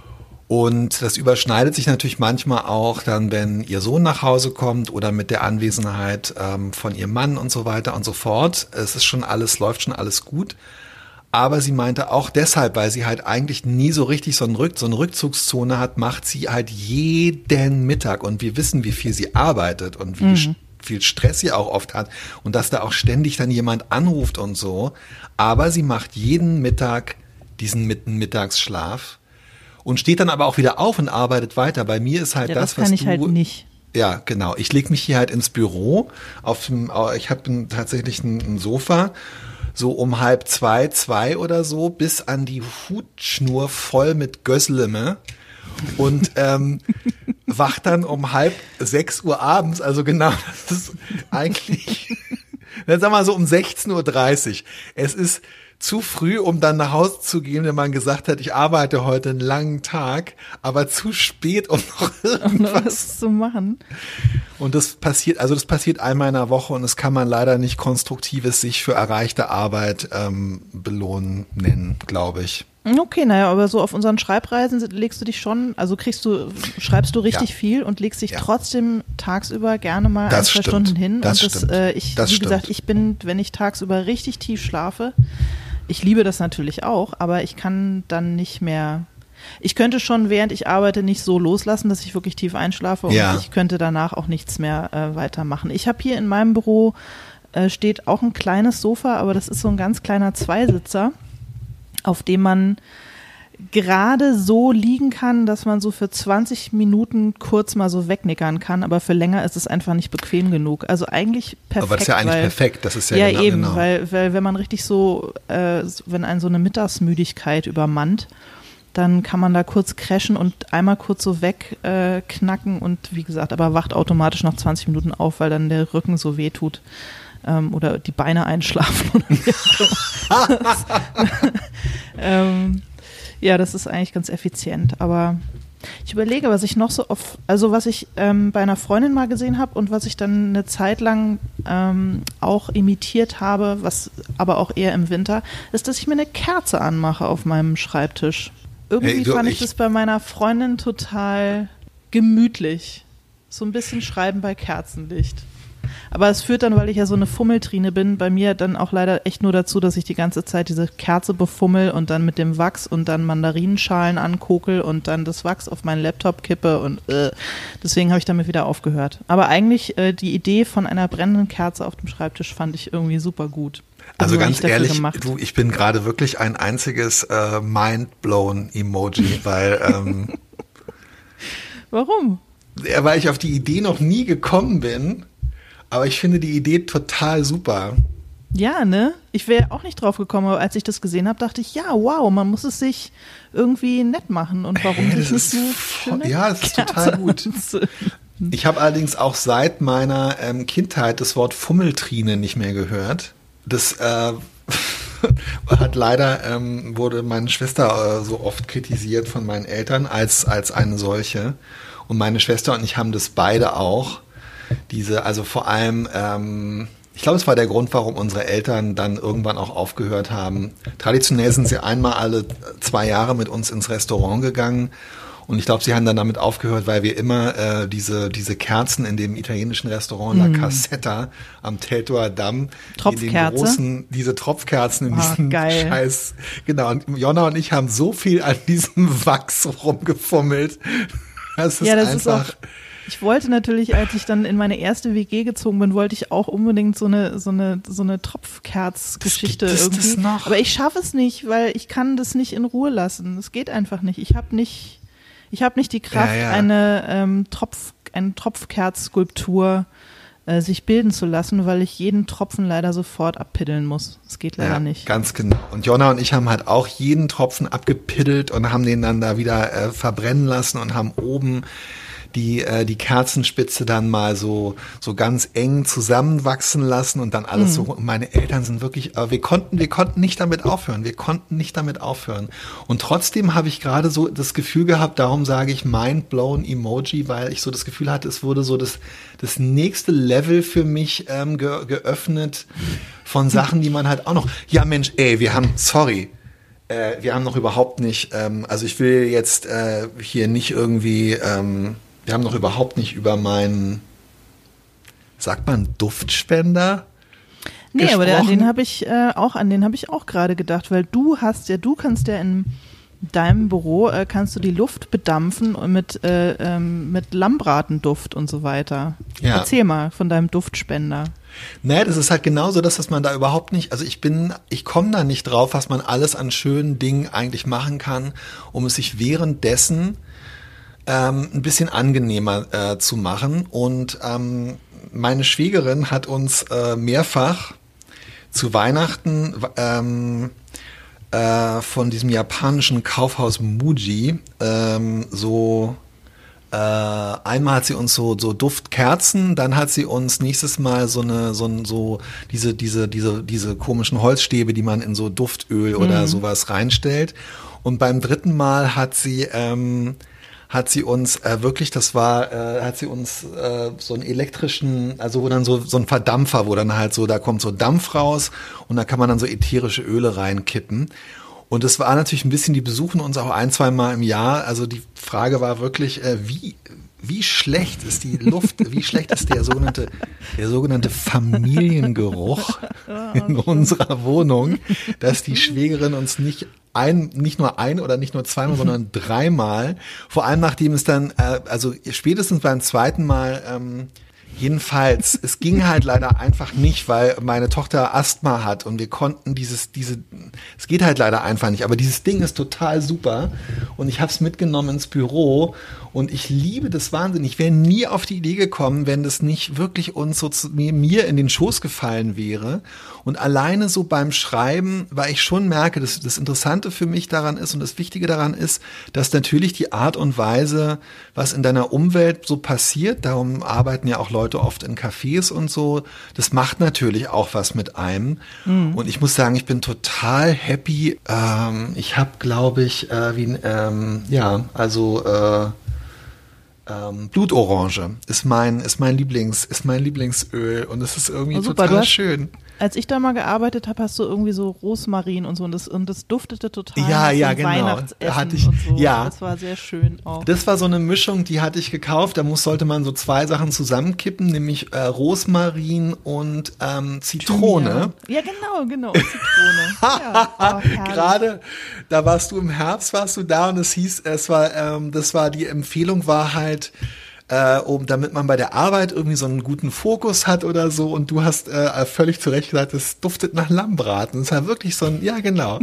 Und das überschneidet sich natürlich manchmal auch dann, wenn ihr Sohn nach Hause kommt oder mit der Anwesenheit ähm, von ihrem Mann und so weiter und so fort. Es ist schon alles, läuft schon alles gut. Aber sie meinte auch deshalb, weil sie halt eigentlich nie so richtig so, ein Rück, so eine Rückzugszone hat, macht sie halt jeden Mittag. Und wir wissen, wie viel sie arbeitet und wie mhm. viel Stress sie auch oft hat. Und dass da auch ständig dann jemand anruft und so. Aber sie macht jeden Mittag diesen Mittagsschlaf und steht dann aber auch wieder auf und arbeitet weiter. Bei mir ist halt
ja,
das,
das kann
was
ich
du...
halt nicht.
Ja, genau. Ich lege mich hier halt ins Büro. Auf dem, ich habe tatsächlich ein, ein Sofa. So um halb zwei, zwei oder so, bis an die Hutschnur voll mit Gössleme und ähm, wacht dann um halb sechs Uhr abends, also genau, das ist eigentlich, dann sagen wir mal so um sechzehn Uhr dreißig. Es ist zu früh, um dann nach Hause zu gehen, wenn man gesagt hat, ich arbeite heute einen langen Tag, aber zu spät, um noch irgendwas
was zu machen.
Und das passiert, also das passiert einmal in der Woche und das kann man leider nicht konstruktives sich für erreichte Arbeit ähm, belohnen nennen, glaube ich.
Okay, naja, aber so auf unseren Schreibreisen legst du dich schon, also kriegst du, schreibst du richtig
Ja.
viel und legst dich
Ja.
trotzdem tagsüber gerne mal
Das
ein, zwei
stimmt.
Stunden hin.
Das
und das,
stimmt.
äh, ich,
Das
wie
stimmt.
gesagt, ich bin, wenn ich tagsüber richtig tief schlafe, ich liebe das natürlich auch, aber ich kann dann nicht mehr, ich könnte schon, während ich arbeite, nicht so loslassen, dass ich wirklich tief einschlafe und
Ja.
ich könnte danach auch nichts mehr äh, weitermachen. Ich habe hier in meinem Büro äh, steht auch ein kleines Sofa, aber das ist so ein ganz kleiner Zweisitzer, auf dem man gerade so liegen kann, dass man so für zwanzig Minuten kurz mal so wegnickern kann, aber für länger ist es einfach nicht bequem genug. Also eigentlich perfekt.
Aber das ist ja eigentlich
weil,
perfekt, das ist ja,
ja
genau,
eben,
genau.
weil, weil wenn man richtig so, äh, wenn einen so eine Mittagsmüdigkeit übermannt, dann kann man da kurz crashen und einmal kurz so wegknacken äh, knacken und wie gesagt, aber wacht automatisch nach zwanzig Minuten auf, weil dann der Rücken so weh tut. Ähm, oder die Beine einschlafen oder wie auch immer. ähm, ja, das ist eigentlich ganz effizient, aber ich überlege, was ich noch so oft, also was ich ähm, bei einer Freundin mal gesehen habe und was ich dann eine Zeit lang ähm, auch imitiert habe, was aber auch eher im Winter, ist, dass ich mir eine Kerze anmache auf meinem Schreibtisch. Irgendwie
Hey, du,
fand ich,
ich-
das bei meiner Freundin total gemütlich. So ein bisschen Schreiben bei Kerzenlicht. Aber es führt dann, weil ich ja so eine Fummeltrine bin, bei mir dann auch leider echt nur dazu, dass ich die ganze Zeit diese Kerze befummel und dann mit dem Wachs und dann Mandarinenschalen ankokel und dann das Wachs auf meinen Laptop kippe und äh, deswegen habe ich damit wieder aufgehört. Aber eigentlich äh, die Idee von einer brennenden Kerze auf dem Schreibtisch fand ich irgendwie super gut.
Also
nur
ganz
nicht dafür
ehrlich,
gemacht.
du, ich bin gerade wirklich ein einziges äh, Mind-blown-Emoji, weil, ähm,
Warum?
ja, weil ich auf die Idee noch nie gekommen bin, aber ich finde die Idee total super.
Ja, ne? Ich wäre auch nicht drauf gekommen, aber als ich das gesehen habe, dachte ich, ja, wow, man muss es sich irgendwie nett machen. Und warum
Hey,
sich
das
nicht
ist
eine
voll-
schöne
ja, das ist
Kerze
total gut.
anzünden?
Ich habe allerdings auch seit meiner ähm, Kindheit das Wort Fummeltrine nicht mehr gehört. Das äh, hat leider, ähm, wurde meine Schwester äh, so oft kritisiert von meinen Eltern als, als eine solche. Und meine Schwester und ich haben das beide auch. Diese, also vor allem, ähm, ich glaube, es war der Grund, warum unsere Eltern dann irgendwann auch aufgehört haben. Traditionell sind sie einmal alle zwei Jahre mit uns ins Restaurant gegangen Und ich glaube, sie haben dann damit aufgehört, weil wir immer äh, diese diese Kerzen in dem italienischen Restaurant La Cassetta am Teltower Damm, in den großen, diese Tropfkerzen in
ah,
diesem
geil.
Scheiß. Genau, und Jonna und ich haben so viel an diesem Wachs rumgefummelt. Das ist
ja, das
einfach...
ist auch, ich wollte natürlich, als ich dann in meine erste W G gezogen bin, wollte ich auch unbedingt so eine so eine so eine Tropfkerzgeschichte
das
irgendwie.
Das noch?
Aber ich schaffe es nicht, weil ich kann das nicht in Ruhe lassen. Es geht einfach nicht. Ich habe nicht, ich habe nicht die Kraft,
ja, ja.
eine ähm, Tropf, eine Tropfkerzskulptur äh, sich bilden zu lassen, weil ich jeden Tropfen leider sofort abpiddeln muss. Das geht leider
ja,
nicht.
Ganz genau. Und Jonna und ich haben halt auch jeden Tropfen abgepiddelt und haben den dann da wieder äh, verbrennen lassen und haben oben die äh, die Kerzenspitze dann mal so so ganz eng zusammenwachsen lassen und dann alles mhm. so. Meine Eltern sind wirklich, äh, wir konnten wir konnten nicht damit aufhören. Wir konnten nicht damit aufhören. Und trotzdem habe ich gerade so das Gefühl gehabt, darum sage ich mind-blown Emoji, weil ich so das Gefühl hatte, es wurde so das das nächste Level für mich ähm, ge- geöffnet von Sachen, die man halt auch noch. Ja Mensch, ey, wir haben, sorry. Äh, wir haben noch überhaupt nicht, ähm, also ich will jetzt äh, hier nicht irgendwie, ähm, wir haben noch überhaupt nicht über meinen, sagt man Duftspender?
Nee,
gesprochen.
aber der, an den habe ich äh, auch, an den habe ich auch gerade gedacht, weil du hast ja, du kannst ja in deinem Büro, äh, kannst du die Luft bedampfen und mit, äh, ähm, mit Lammbratenduft und so weiter.
Ja.
Erzähl mal von deinem Duftspender.
Nee, das ist halt genauso, dass, dass man da überhaupt nicht, also ich bin, ich komme da nicht drauf, was man alles an schönen Dingen eigentlich machen kann, um es sich währenddessen ähm, ein bisschen angenehmer äh, zu machen. Und ähm, meine Schwägerin hat uns äh, mehrfach zu Weihnachten ähm, äh, von diesem japanischen Kaufhaus Muji ähm, so Äh, einmal hat sie uns so so Duftkerzen, dann hat sie uns nächstes Mal so eine so so diese diese diese diese komischen Holzstäbe, die man in so Duftöl oder
mhm. sowas
reinstellt. Und beim dritten Mal hat sie ähm, hat sie uns äh, wirklich, das war, äh, hat sie uns äh, so einen elektrischen, also wo dann so so ein Verdampfer, wo dann halt so, da kommt so Dampf raus und da kann man dann so ätherische Öle reinkippen. Und das war natürlich ein bisschen, die besuchen uns auch ein, zwei Mal im Jahr. Also die Frage war wirklich, äh, wie, wie schlecht ist die Luft, wie schlecht ist der sogenannte, der sogenannte Familiengeruch in unserer Wohnung, dass die Schwägerin uns nicht ein, nicht nur ein oder nicht nur zweimal, sondern dreimal, vor allem nachdem es dann, äh, also spätestens beim zweiten Mal, ähm, jedenfalls, es ging halt leider einfach nicht, weil meine Tochter Asthma hat und wir konnten dieses, diese, es geht halt leider einfach nicht, aber dieses Ding ist total super und ich habe es mitgenommen ins Büro und ich liebe das wahnsinnig. Ich wäre nie auf die Idee gekommen, wenn das nicht wirklich uns so zu, mir in den Schoß gefallen wäre. Und alleine so beim Schreiben, weil ich schon merke, dass das Interessante für mich daran ist und das Wichtige daran ist, dass natürlich die Art und Weise, was in deiner Umwelt so passiert, darum arbeiten ja auch Leute oft in Cafés und so, das macht natürlich auch was mit einem. Mhm. Und ich muss sagen, ich bin total happy. Ähm, ich habe, glaube ich, äh, wie, ähm, ja, also äh, Ähm, Blutorange ist mein ist mein Lieblings ist mein Lieblingsöl und es ist irgendwie oh, super, total hast, schön.
Als ich da mal gearbeitet habe, hast du irgendwie so Rosmarin und so und das und das duftete total
ja,
nach
ja,
so
genau.
Weihnachtsessen
hatte ich,
und so.
Ja.
Das war sehr schön auch.
Das war so eine Mischung, die hatte ich gekauft. Da muss sollte man so zwei Sachen zusammenkippen, nämlich äh, Rosmarin und ähm, Zitrone.
Ja, genau, genau, Zitrone. ja, oh,
gerade da warst du im Herbst, warst du da und es hieß, es war, ähm, das war die Empfehlung war halt Äh, um, damit man bei der Arbeit irgendwie so einen guten Fokus hat oder so und du hast äh, völlig zu Recht gesagt, es duftet nach Lammbraten. Das ist ja wirklich so ein, ja genau.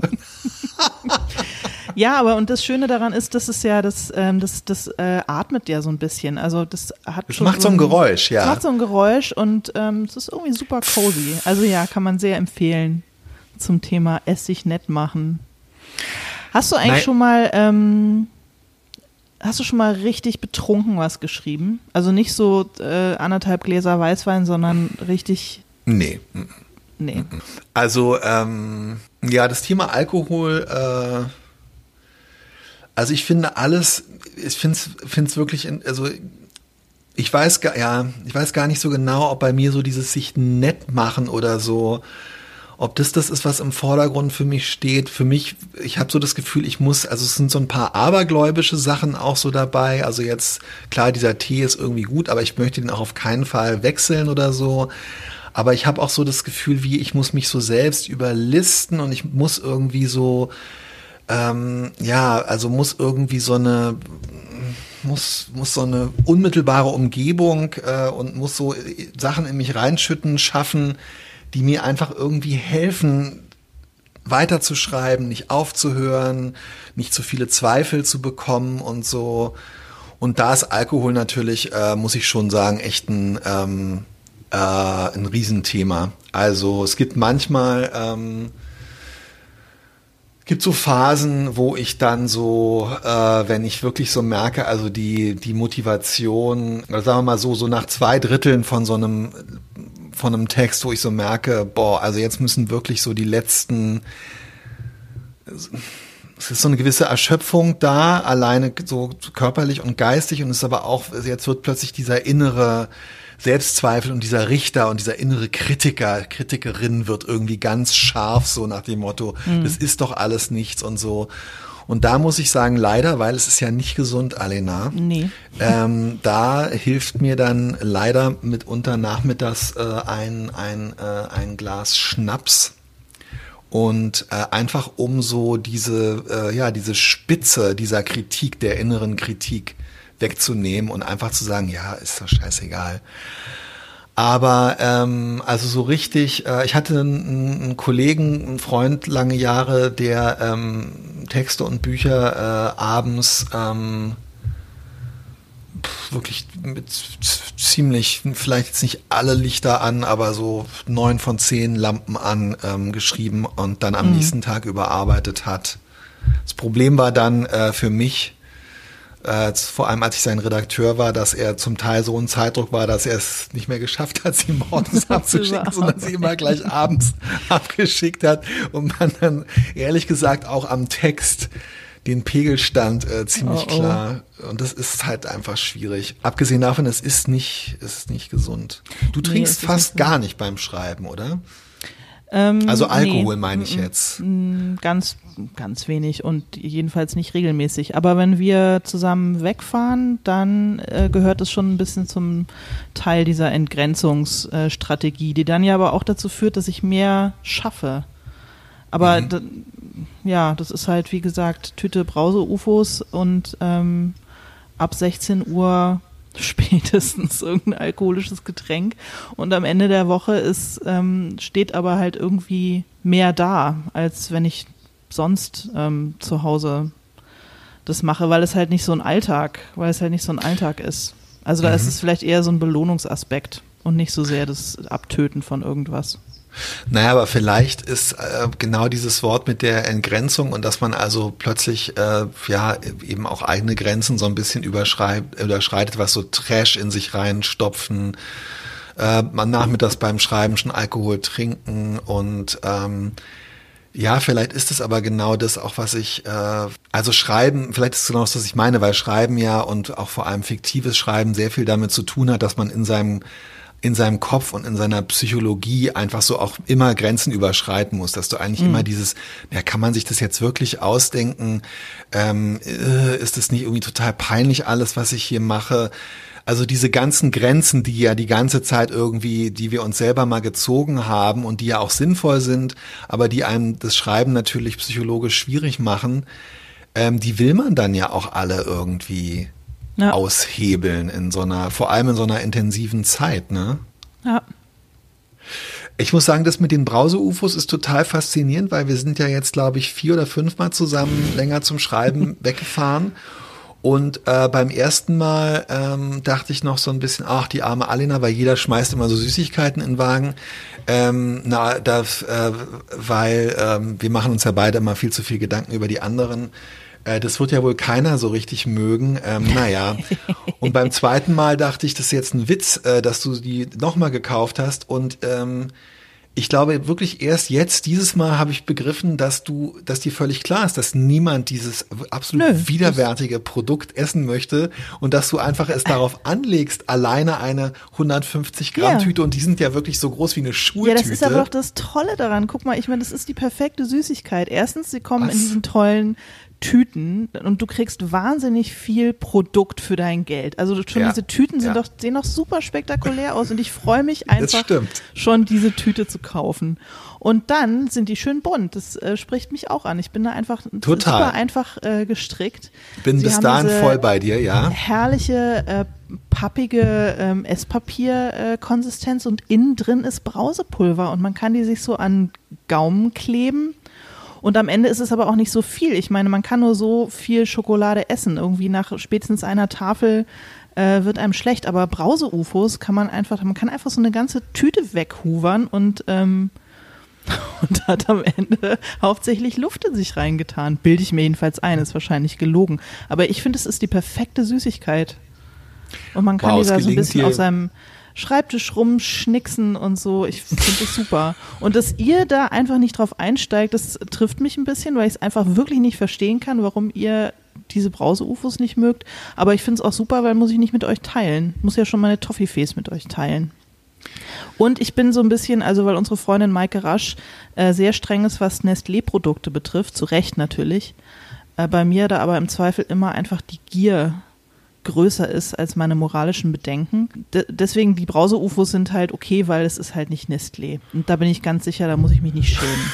Ja, aber und das Schöne daran ist, dass es ja, das, ähm, das, das äh, atmet ja so ein bisschen, also das hat
das
schon
macht so ein, so ein Geräusch, ja.
Es macht so ein Geräusch und ähm, es ist irgendwie super cozy. Also ja, kann man sehr empfehlen zum Thema Essig nett machen. Hast du eigentlich Nein. schon mal ähm, Hast du schon mal richtig betrunken was geschrieben? Also nicht so äh, anderthalb Gläser Weißwein, sondern richtig...
Nee.
Nee.
Also, ähm, ja, das Thema Alkohol, äh, also ich finde alles, ich finde es wirklich, in, also ich weiß gar, ja, ich weiß gar nicht so genau, ob bei mir so dieses sich nett machen oder so, ob das das ist, was im Vordergrund für mich steht. Für mich, ich habe so das Gefühl, ich muss, also es sind so ein paar abergläubische Sachen auch so dabei. Also jetzt, klar, dieser Tee ist irgendwie gut, aber ich möchte den auch auf keinen Fall wechseln oder so. Aber ich habe auch so das Gefühl, wie ich muss mich so selbst überlisten und ich muss irgendwie so, ähm, ja, also muss irgendwie so eine, muss, muss so eine unmittelbare Umgebung äh, und muss so Sachen in mich reinschütten, schaffen, die mir einfach irgendwie helfen, weiterzuschreiben, nicht aufzuhören, nicht zu viele Zweifel zu bekommen und so. Und da ist Alkohol natürlich, äh, muss ich schon sagen, echt ein, ähm, äh, ein Riesenthema. Also es gibt manchmal, ähm, gibt so Phasen, wo ich dann so, äh, wenn ich wirklich so merke, also die die Motivation, oder sagen wir mal so, so nach zwei Dritteln von so einem von einem Text, wo ich so merke, boah, also jetzt müssen wirklich so die letzten, es ist so eine gewisse Erschöpfung da, alleine so körperlich und geistig und es ist aber auch, jetzt wird plötzlich dieser innere Selbstzweifel und dieser Richter und dieser innere Kritiker, Kritikerin wird irgendwie ganz scharf, so nach dem Motto, mhm. das ist doch alles nichts und so. Und da muss ich sagen, leider, weil es ist ja nicht gesund, Alena.
Nee.
Ähm, da hilft mir dann leider mitunter nachmittags äh, ein, ein, äh, ein Glas Schnaps. Und äh, einfach um so diese, äh, ja, diese Spitze dieser Kritik, der inneren Kritik wegzunehmen und einfach zu sagen, ja, ist doch scheißegal. Aber ähm, also so richtig, äh, ich hatte einen, einen Kollegen, einen Freund lange Jahre, der ähm, Texte und Bücher äh, abends ähm, wirklich mit ziemlich, vielleicht jetzt nicht alle Lichter an, aber so neun von zehn Lampen an ähm, geschrieben und dann am mhm. nächsten Tag überarbeitet hat. Das Problem war dann äh, für mich, Äh, vor allem als ich sein Redakteur war, dass er zum Teil so ein Zeitdruck war, dass er es nicht mehr geschafft hat, sie morgens abzuschicken, sondern sie immer gleich abends abgeschickt hat und man dann ehrlich gesagt auch am Text den Pegelstand äh, ziemlich oh, oh. klar. Und das ist halt einfach schwierig. Abgesehen davon, es ist nicht, es ist nicht gesund. Du trinkst nee, fast nicht gar nicht beim Schreiben, oder?
Ähm,
also Alkohol
nee,
meine ich jetzt.
Ganz, ganz wenig und jedenfalls nicht regelmäßig. Aber wenn wir zusammen wegfahren, dann äh, gehört es schon ein bisschen zum Teil dieser Entgrenzungsstrategie, die dann ja aber auch dazu führt, dass ich mehr schaffe. Aber mhm. d- ja, das ist halt wie gesagt Tüte Brause-U F Os und ähm, ab sechzehn Uhr spätestens irgendein alkoholisches Getränk und am Ende der Woche ist ähm, steht aber halt irgendwie mehr da, als wenn ich sonst ähm, zu Hause das mache, weil es halt nicht so ein Alltag, weil es halt nicht so ein Alltag ist. Also da mhm. ist es vielleicht eher so ein Belohnungsaspekt und nicht so sehr das Abtöten von irgendwas.
Naja, aber vielleicht ist äh, genau dieses Wort mit der Entgrenzung und dass man also plötzlich äh, ja eben auch eigene Grenzen so ein bisschen überschreibt, überschreitet, was so Trash in sich reinstopfen, äh, man nachmittags beim Schreiben schon Alkohol trinken und ähm, ja, vielleicht ist es aber genau das auch, was ich, äh, also Schreiben, vielleicht ist es genau das, was ich meine, weil Schreiben ja und auch vor allem fiktives Schreiben sehr viel damit zu tun hat, dass man in seinem in seinem Kopf und in seiner Psychologie einfach so auch immer Grenzen überschreiten muss, dass du eigentlich mhm. immer dieses, ja, kann man sich das jetzt wirklich ausdenken? Ähm, äh, ist das nicht irgendwie total peinlich alles, was ich hier mache? Also diese ganzen Grenzen, die ja die ganze Zeit irgendwie, die wir uns selber mal gezogen haben und die ja auch sinnvoll sind, aber die einem das Schreiben natürlich psychologisch schwierig machen, ähm, die will man dann ja auch alle irgendwie Ja. aushebeln in so einer, vor allem in so einer intensiven Zeit, ne?
Ja.
Ich muss sagen, das mit den Brause-U F Os ist total faszinierend, weil wir sind ja jetzt, glaube ich, vier oder fünfmal zusammen länger zum Schreiben weggefahren. Und äh, beim ersten Mal ähm, dachte ich noch so ein bisschen, ach, die arme Alena, weil jeder schmeißt immer so Süßigkeiten in den Wagen. Ähm, na, das, äh, weil ähm, wir machen uns ja beide immer viel zu viel Gedanken über die anderen. Das wird ja wohl keiner so richtig mögen. Ähm, naja. Und beim zweiten Mal dachte ich, das ist jetzt ein Witz, äh, dass du die nochmal gekauft hast. Und ähm, ich glaube wirklich erst jetzt, dieses Mal habe ich begriffen, dass du, dass dir völlig klar ist, dass niemand dieses absolut
Nö,
widerwärtige Produkt essen möchte und dass du einfach es darauf anlegst, alleine eine hundertfünfzig Gramm
Ja.
Tüte, und die sind ja wirklich so groß wie eine Schultüte.
Ja, das ist aber doch das Tolle daran. Guck mal, ich meine, das ist die perfekte Süßigkeit. Erstens, sie kommen
Was?
in diesen tollen Tüten und du kriegst wahnsinnig viel Produkt für dein Geld. Also schon
Ja.
diese Tüten sind
Ja.
doch, sehen doch super spektakulär aus und ich freue mich einfach
stimmt.
schon, diese Tüte zu kaufen. Und dann sind die schön bunt. Das äh, spricht mich auch an. Ich bin da einfach
Total.
super einfach äh, gestrickt.
Bin
Sie
bis
haben
dahin
diese
voll bei dir, ja.
herrliche, äh, pappige ähm, Esspapier-Konsistenz und innen drin ist Brausepulver und man kann die sich so an Gaumen kleben. Und am Ende ist es aber auch nicht so viel. Ich meine, man kann nur so viel Schokolade essen. Irgendwie nach spätestens einer Tafel äh, wird einem schlecht. Aber Brause-U F Os kann man einfach, man kann einfach so eine ganze Tüte weghuvern und, ähm, und hat am Ende hauptsächlich Luft in sich reingetan. Bilde ich mir jedenfalls ein, ist wahrscheinlich gelogen. Aber ich finde, es ist die perfekte Süßigkeit. Und man kann
Wow,
die
es
da so ein
gelingt
bisschen
dir-
auf seinem Schreibtisch rumschnicksen und so. Ich finde das super. Und dass ihr da einfach nicht drauf einsteigt, das trifft mich ein bisschen, weil ich es einfach wirklich nicht verstehen kann, warum ihr diese Brause-U F Os nicht mögt. Aber ich finde es auch super, weil muss ich nicht mit euch teilen. Muss ja schon meine Toffifees mit euch teilen. Und ich bin so ein bisschen, also weil unsere Freundin Maike Rasch äh, sehr streng ist, was Nestlé-Produkte betrifft, zu Recht natürlich. Äh, bei mir da aber im Zweifel immer einfach die Gier größer ist als meine moralischen Bedenken. De- deswegen die Brause-U F Os sind halt okay, weil es ist halt nicht Nestlé. Und da bin ich ganz sicher, da muss ich mich nicht schämen.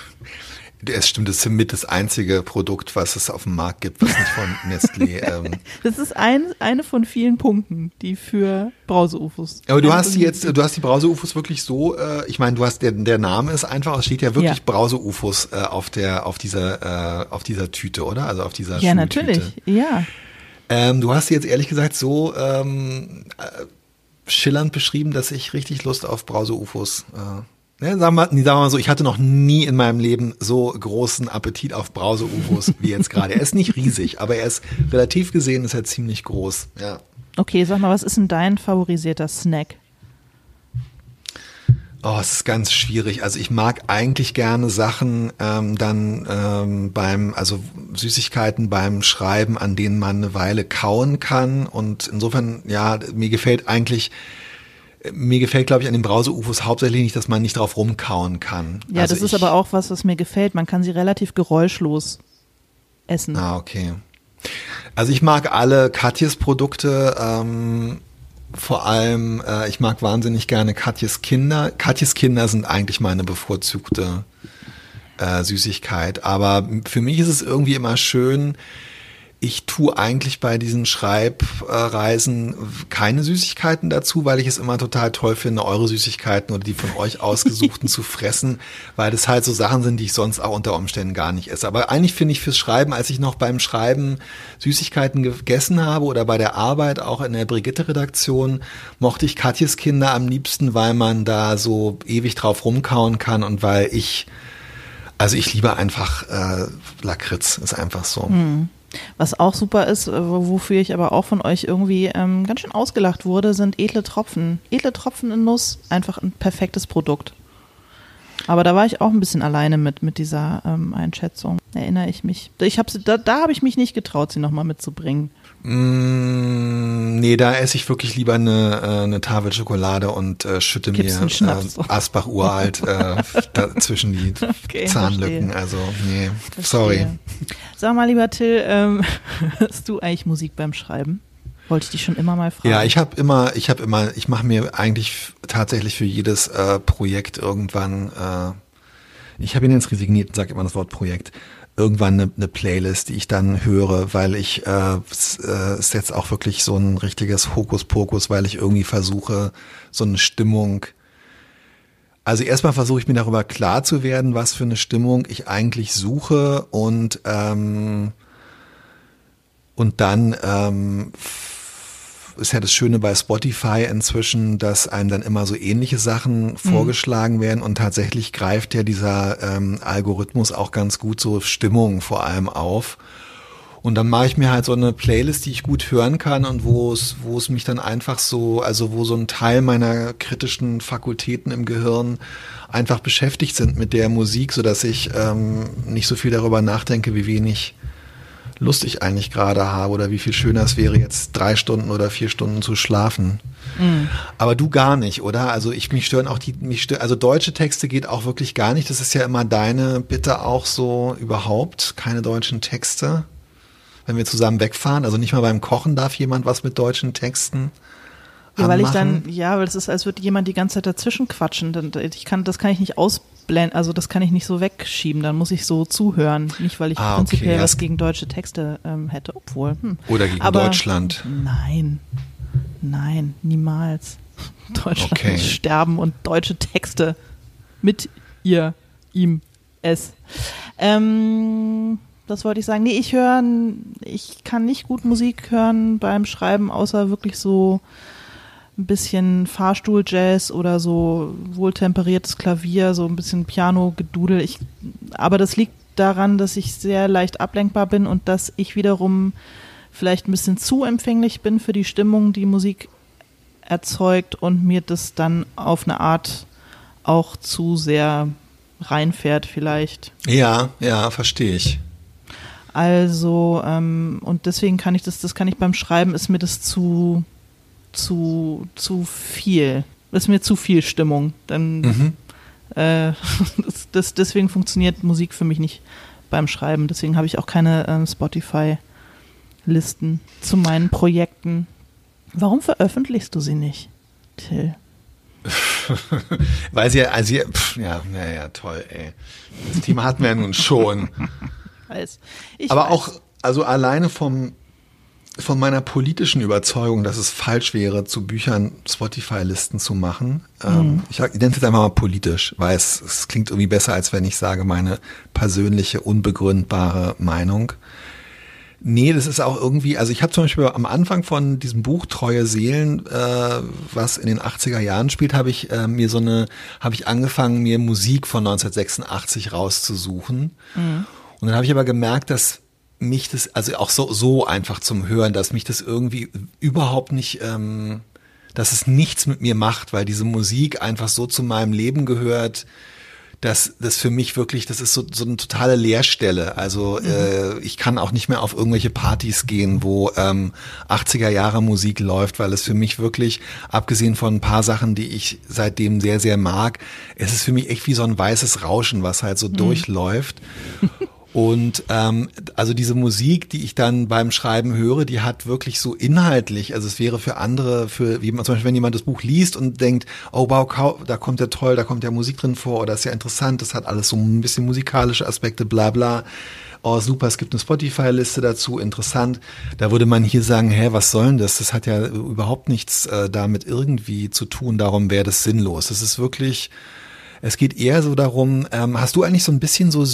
Es stimmt, das ist mit das einzige Produkt, was es auf dem Markt gibt, was nicht von Nestlé. ähm.
Das ist ein, eine von vielen Punkten, die für Brause-U F Os.
Aber du
eine
hast
von
die jetzt,
vielen-
du hast die Brause-U F Os wirklich so, äh, ich meine, du hast, der, der Name ist einfach, es steht ja wirklich
Ja.
Brause-U F Os äh, auf der, auf dieser, äh, auf dieser Tüte, oder? Also auf dieser
Ja,
Schultüte.
natürlich, ja.
Ähm, du hast sie jetzt ehrlich gesagt so ähm, äh, schillernd beschrieben, dass ich richtig Lust auf Brause-U F Os, äh, ne, sagen wir, nee, sagen wir mal so, ich hatte noch nie in meinem Leben so großen Appetit auf Brause-U F Os wie jetzt gerade. Er ist nicht riesig, aber er ist relativ gesehen, ist er ziemlich groß, ja.
Okay, sag mal, was ist denn dein favorisierter Snack?
Oh, es ist ganz schwierig. Also ich mag eigentlich gerne Sachen ähm, dann ähm, beim, also Süßigkeiten beim Schreiben, an denen man eine Weile kauen kann. Und insofern, ja, mir gefällt eigentlich, mir gefällt, glaube ich, an den Brause-U F Os hauptsächlich nicht, dass man nicht drauf rumkauen kann.
Ja,
also
das ist
ich,
aber auch was, was mir gefällt. Man kann sie relativ geräuschlos essen.
Ah, okay. Also ich mag alle Katjes Produkte, ähm, vor allem, äh, ich mag wahnsinnig gerne Katjes Kinder. Katjes Kinder sind eigentlich meine bevorzugte äh, Süßigkeit. Aber für mich ist es irgendwie immer schön, ich tue eigentlich bei diesen Schreibreisen keine Süßigkeiten dazu, weil ich es immer total toll finde, eure Süßigkeiten oder die von euch ausgesuchten zu fressen, weil das halt so Sachen sind, die ich sonst auch unter Umständen gar nicht esse. Aber eigentlich finde ich fürs Schreiben, als ich noch beim Schreiben Süßigkeiten gegessen habe oder bei der Arbeit auch in der Brigitte-Redaktion, mochte ich Katjes Kinder am liebsten, weil man da so ewig drauf rumkauen kann und weil ich, also ich liebe einfach äh, Lakritz, ist einfach so.
Hm. Was auch super ist, wofür ich aber auch von euch irgendwie ähm, ganz schön ausgelacht wurde, sind edle Tropfen. Edle Tropfen in Nuss, einfach ein perfektes Produkt. Aber da war ich auch ein bisschen alleine mit, mit dieser ähm, Einschätzung, erinnere ich mich. Ich hab sie, da da habe ich mich nicht getraut, sie nochmal mitzubringen.
Mm, nee, da esse ich wirklich lieber eine, äh, eine Tafel Schokolade und äh, schütte
Gibt's
mir
einen Schnaps?
äh, Asbach uralt äh, da, zwischen die
Okay,
Zahnlücken.
verstehe.
Also, nee,
Verstehe.
sorry.
Sag mal, lieber Till, ähm, hörst du eigentlich Musik beim Schreiben? Wollte ich dich schon immer mal fragen.
Ja, ich habe immer, ich habe immer, ich mache mir eigentlich f- tatsächlich für jedes äh, Projekt irgendwann, äh, ich habe ihn jetzt resigniert und sage immer das Wort Projekt, irgendwann eine, eine Playlist, die ich dann höre, weil ich, äh, es äh, ist jetzt auch wirklich so ein richtiges Hokuspokus, weil ich irgendwie versuche, so eine Stimmung, also erstmal versuche ich mir darüber klar zu werden, was für eine Stimmung ich eigentlich suche und ähm, und dann ähm, ist ja das Schöne bei Spotify inzwischen, dass einem dann immer so ähnliche Sachen vorgeschlagen werden und tatsächlich greift ja dieser ähm, Algorithmus auch ganz gut so Stimmungen vor allem auf. Und dann mache ich mir halt so eine Playlist, die ich gut hören kann und wo es, wo es mich dann einfach so, also wo so ein Teil meiner kritischen Fakultäten im Gehirn einfach beschäftigt sind mit der Musik, sodass ich ähm, nicht so viel darüber nachdenke, wie wenig Lust ich eigentlich gerade habe oder wie viel schöner es wäre, jetzt drei Stunden oder vier Stunden zu schlafen. Mhm. Aber du gar nicht, oder? Also ich, mich stören auch die, mich stören, also deutsche Texte geht auch wirklich gar nicht. Das ist ja immer deine Bitte auch so überhaupt, keine deutschen Texte. Wenn wir zusammen wegfahren, also nicht mal beim Kochen darf jemand was mit deutschen Texten
ja, weil
anmachen.
ich dann, ja, weil es ist, als würde jemand die ganze Zeit dazwischen quatschen. Ich kann, das kann ich nicht ausblenden, also das kann ich nicht so wegschieben. Dann muss ich so zuhören, nicht weil ich
ah,
prinzipiell
okay,
was gegen deutsche Texte ähm, hätte, obwohl. Hm.
Oder gegen
Aber,
Deutschland.
Nein, nein, niemals. Deutschland
okay.
muss sterben und deutsche Texte mit ihr, ihm, es. Ähm. Das wollte ich sagen. Nee, ich höre, ich kann nicht gut Musik hören beim Schreiben, außer wirklich so ein bisschen Fahrstuhl-Jazz oder so wohltemperiertes Klavier, so ein bisschen Piano-Gedudel. Ich, aber das liegt daran, dass ich sehr leicht ablenkbar bin und dass ich wiederum vielleicht ein bisschen zu empfänglich bin für die Stimmung, die Musik erzeugt und mir das dann auf eine Art auch zu sehr reinfährt vielleicht.
Ja, ja, verstehe ich.
Also, ähm, und deswegen kann ich das, das kann ich beim Schreiben, ist mir das zu, zu, zu viel. Das ist mir zu viel Stimmung. Dann, mhm. äh, das, das, deswegen funktioniert Musik für mich nicht beim Schreiben. Deswegen habe ich auch keine äh, Spotify-Listen zu meinen Projekten. Warum veröffentlichst du sie nicht, Till?
Weil sie, also, pff, ja, naja, toll, ey. Das Thema hatten wir ja nun schon.
Weiß. Ich
Aber
weiß.
auch, also alleine vom, von meiner politischen Überzeugung, dass es falsch wäre, zu Büchern Spotify-Listen zu machen. Mhm. Ähm, ich nenne es jetzt einfach mal politisch, weil es, es klingt irgendwie besser, als wenn ich sage, meine persönliche, unbegründbare Meinung. Nee, das ist auch irgendwie, also ich habe zum Beispiel am Anfang von diesem Buch Treue Seelen, äh, was in den achtziger Jahren spielt, habe ich äh, mir so eine, habe ich angefangen, mir Musik von neunzehnhundertsechsundachtzig rauszusuchen. Mhm. Und dann habe ich aber gemerkt, dass mich das, also auch so, so einfach zum Hören, dass mich das irgendwie überhaupt nicht, ähm, dass es nichts mit mir macht, weil diese Musik einfach so zu meinem Leben gehört, dass das für mich wirklich, das ist so, so eine totale Leerstelle. Also mhm. äh, ich kann auch nicht mehr auf irgendwelche Partys gehen, wo ähm, achtziger Jahre Musik läuft, weil es für mich wirklich, abgesehen von ein paar Sachen, die ich seitdem sehr, sehr mag, es ist für mich echt wie so ein weißes Rauschen, was halt so mhm. durchläuft. Und ähm, also diese Musik, die ich dann beim Schreiben höre, die hat wirklich so inhaltlich, also es wäre für andere, für wie man zum Beispiel, wenn jemand das Buch liest und denkt, oh wow, da kommt ja toll, da kommt ja Musik drin vor oder ist ja interessant, das hat alles so ein bisschen musikalische Aspekte, bla bla. Oh super, es gibt eine Spotify-Liste dazu, interessant. Da würde man hier sagen, hä, was soll denn das? Das hat ja überhaupt nichts äh, damit irgendwie zu tun, darum wäre das sinnlos. Das ist wirklich... Es geht eher so darum, ähm, hast du eigentlich so ein bisschen so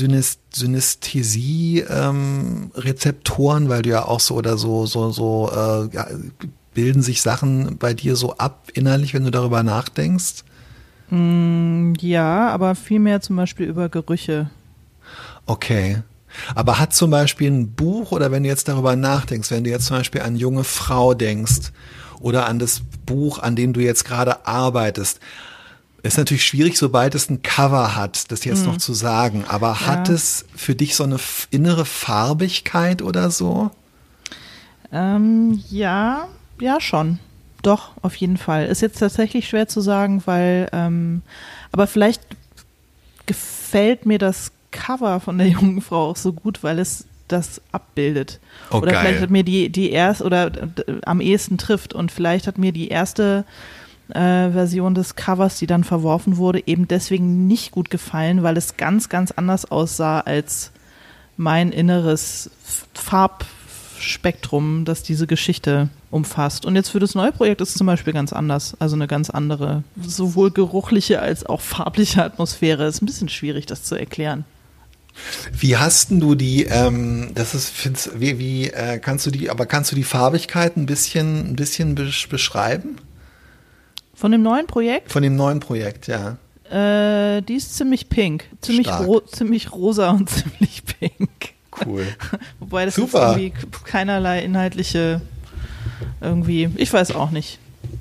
Synästhesie-Rezeptoren, ähm, weil du ja auch so oder so, so, so äh, ja, bilden sich Sachen bei dir so ab innerlich, wenn du darüber nachdenkst?
Mm, ja, aber viel mehr zum Beispiel über Gerüche.
Okay. Aber hat zum Beispiel ein Buch oder wenn du jetzt darüber nachdenkst, wenn du jetzt zum Beispiel an junge Frau denkst oder an das Buch, an dem du jetzt gerade arbeitest, ist natürlich schwierig, sobald es ein Cover hat, das jetzt mhm. noch zu sagen. Aber ja. Hat es für dich so eine f- innere Farbigkeit oder so?
Ähm, ja, ja schon. Doch, auf jeden Fall. Ist jetzt tatsächlich schwer zu sagen, weil, ähm, aber vielleicht gefällt mir das Cover von der jungen Frau auch so gut, weil es das abbildet.
Oh,
oder
geil.
vielleicht hat mir die, die erst oder äh, am ehesten trifft und vielleicht hat mir die erste Äh, Version des Covers, die dann verworfen wurde, eben deswegen nicht gut gefallen, weil es ganz, ganz anders aussah als mein inneres Farbspektrum, das diese Geschichte umfasst. Und jetzt für das neue Projekt ist es zum Beispiel ganz anders, also eine ganz andere, sowohl geruchliche als auch farbliche Atmosphäre. Ist ein bisschen schwierig, das zu erklären.
Wie hast denn du die, ähm, das ist, find's, wie, wie äh, kannst du die, aber kannst du die Farbigkeit ein bisschen, ein bisschen besch- beschreiben?
Von dem neuen Projekt?
Von dem neuen Projekt, ja.
Äh, die ist ziemlich pink. Ziemlich, ro- ziemlich rosa und ziemlich pink.
Cool.
wobei das
Super.
jetzt irgendwie keinerlei inhaltliche irgendwie, ich weiß auch nicht.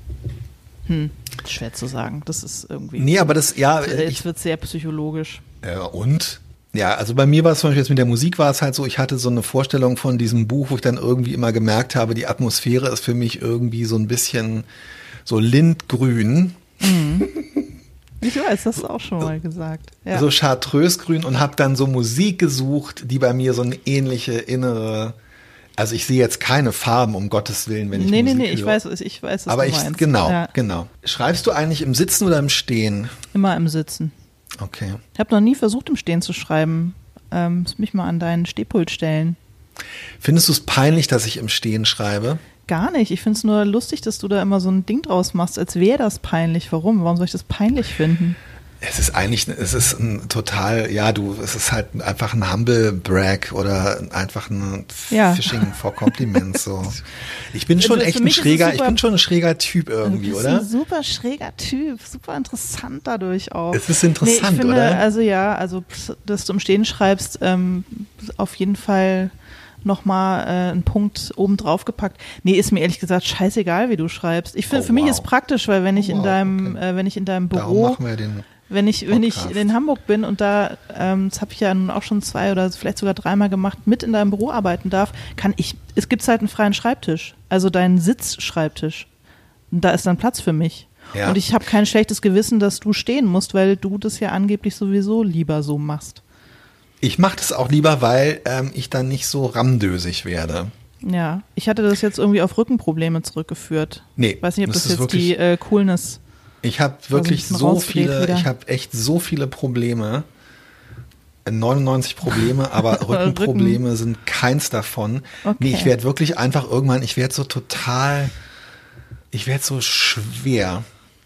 Hm, schwer zu sagen. Das ist irgendwie.
Nee, aber das, ja.
Jetzt wird sehr psychologisch.
Ja, und? Ja, also bei mir war es zum Beispiel jetzt mit der Musik war es halt so, ich hatte so eine Vorstellung von diesem Buch, wo ich dann irgendwie immer gemerkt habe, die Atmosphäre ist für mich irgendwie so ein bisschen so lindgrün.
Mhm. Ich weiß, das hast du auch schon mal gesagt. Ja.
So chartreusgrün und habe dann so Musik gesucht, die bei mir so eine ähnliche innere, also ich sehe jetzt keine Farben, um Gottes Willen, wenn ich
nee,
Musik
Nee, nee, nee, ich
höre.
weiß, ich weiß, was
Aber
du
ich,
meinst.
genau,
ja.
genau. Schreibst du eigentlich im Sitzen oder im Stehen?
Immer im Sitzen.
Okay.
Ich habe noch nie versucht, im Stehen zu schreiben. Ähm, muss mich mal an deinen Stehpult stellen.
Findest du es peinlich, dass ich im Stehen schreibe?
Gar nicht. Ich finde es nur lustig, dass du da immer so ein Ding draus machst, als wäre das peinlich. Warum? Warum soll ich das peinlich finden?
Es ist eigentlich, es ist ein total, ja, du, es ist halt einfach ein Humble Brag oder einfach ein
Ja.
Fishing for Compliments, so. Ich bin schon
Für
echt ein
mich ist es
schräger, ich
super-
bin schon ein schräger Typ irgendwie,
du bist
oder?
ein super schräger Typ, super interessant dadurch auch.
Es ist interessant,
nee, ich finde,
oder?
Also ja, also dass du im Stehen schreibst, ähm, auf jeden Fall nochmal äh, einen Punkt oben drauf gepackt. Nee, ist mir ehrlich gesagt scheißegal, wie du schreibst. Ich finde,
Oh,
für mich
wow.
ist praktisch, weil wenn ich
Oh,
in
wow,
deinem,
okay.
äh, wenn ich in deinem
Darum
Büro,
machen wir den
wenn ich, wenn ich
Podcast.
in Hamburg bin und da, ähm, das habe ich ja nun auch schon zwei oder vielleicht sogar dreimal gemacht, mit in deinem Büro arbeiten darf, kann ich, es gibt halt einen freien Schreibtisch, also deinen Sitzschreibtisch. Und da ist dann Platz für mich.
Ja.
Und ich habe kein schlechtes Gewissen, dass du stehen musst, weil du das ja angeblich sowieso lieber so machst.
Ich mache das auch lieber, weil ähm, ich dann nicht so ramdösig werde.
Ja, ich hatte das jetzt irgendwie auf Rückenprobleme zurückgeführt.
Nee,
Ich weiß nicht, ob
das
das,
ist
jetzt
wirklich-
die äh, Coolness.
Ich habe wirklich
bisschen
so
rausgedreht
viele,
wieder.
ich habe echt so viele Probleme. neunundneunzig Probleme, aber Rückenprobleme sind keins davon.
Okay.
Nee, ich werde wirklich einfach irgendwann, ich werde so total, ich werde so schwer.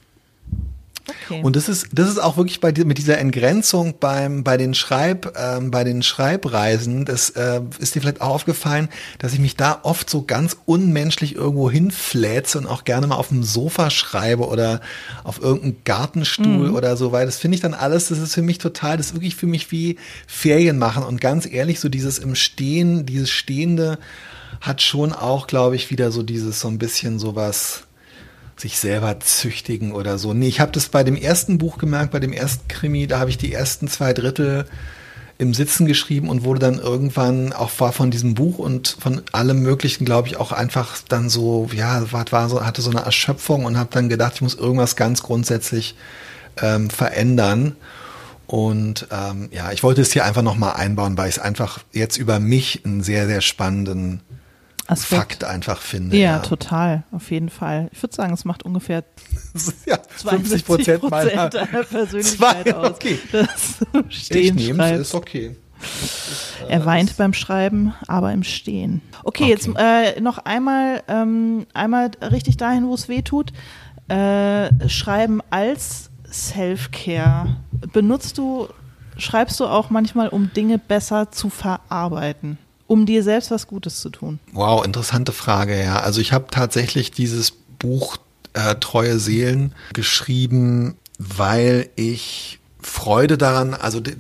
Okay.
Und das ist, das ist auch wirklich bei dir mit dieser Entgrenzung beim, bei den Schreib, ähm, bei den Schreibreisen, das äh, ist dir vielleicht auch aufgefallen, dass ich mich da oft so ganz unmenschlich irgendwo hinfläze und auch gerne mal auf dem Sofa schreibe oder auf irgendeinem Gartenstuhl
Mhm.
oder so, weil das finde ich dann alles, das ist für mich total, das ist wirklich für mich wie Ferien machen und ganz ehrlich, so dieses im Stehen, dieses Stehende hat schon auch, glaube ich, wieder so dieses so ein bisschen sowas, sich selber züchtigen oder so. Nee, ich habe das bei dem ersten Buch gemerkt, bei dem ersten Krimi, da habe ich die ersten zwei Drittel im Sitzen geschrieben und wurde dann irgendwann auch war von diesem Buch und von allem Möglichen, glaube ich, auch einfach dann so, ja, war, war so, hatte so eine Erschöpfung und habe dann gedacht, ich muss irgendwas ganz grundsätzlich ähm, verändern. Und ähm, ja, ich wollte es hier einfach nochmal einbauen, weil ich es einfach jetzt über mich einen sehr, sehr spannenden
Aspekt.
Fakt einfach finde.
Ja,
Ja,
total, auf jeden Fall. Ich würde sagen, es macht ungefähr
ja fünfzig
zweiundsiebzig
Prozent
Prozent
meiner
deiner Persönlichkeit
Zwei,
aus.
okay.
Das
Ich
Stehen
nehme es,
schreibst.
ist okay.
Er weint beim Schreiben, aber im Stehen. Okay,
Okay.
jetzt äh, noch einmal, ähm, einmal richtig dahin, wo es weh tut. Äh, Schreiben als Self-Care. Benutzt du, schreibst du auch manchmal, um Dinge besser zu verarbeiten? Um dir selbst was Gutes zu tun?
Wow, interessante Frage, ja. Also ich habe tatsächlich dieses Buch äh, Treue Seelen geschrieben, weil ich Freude daran, also de-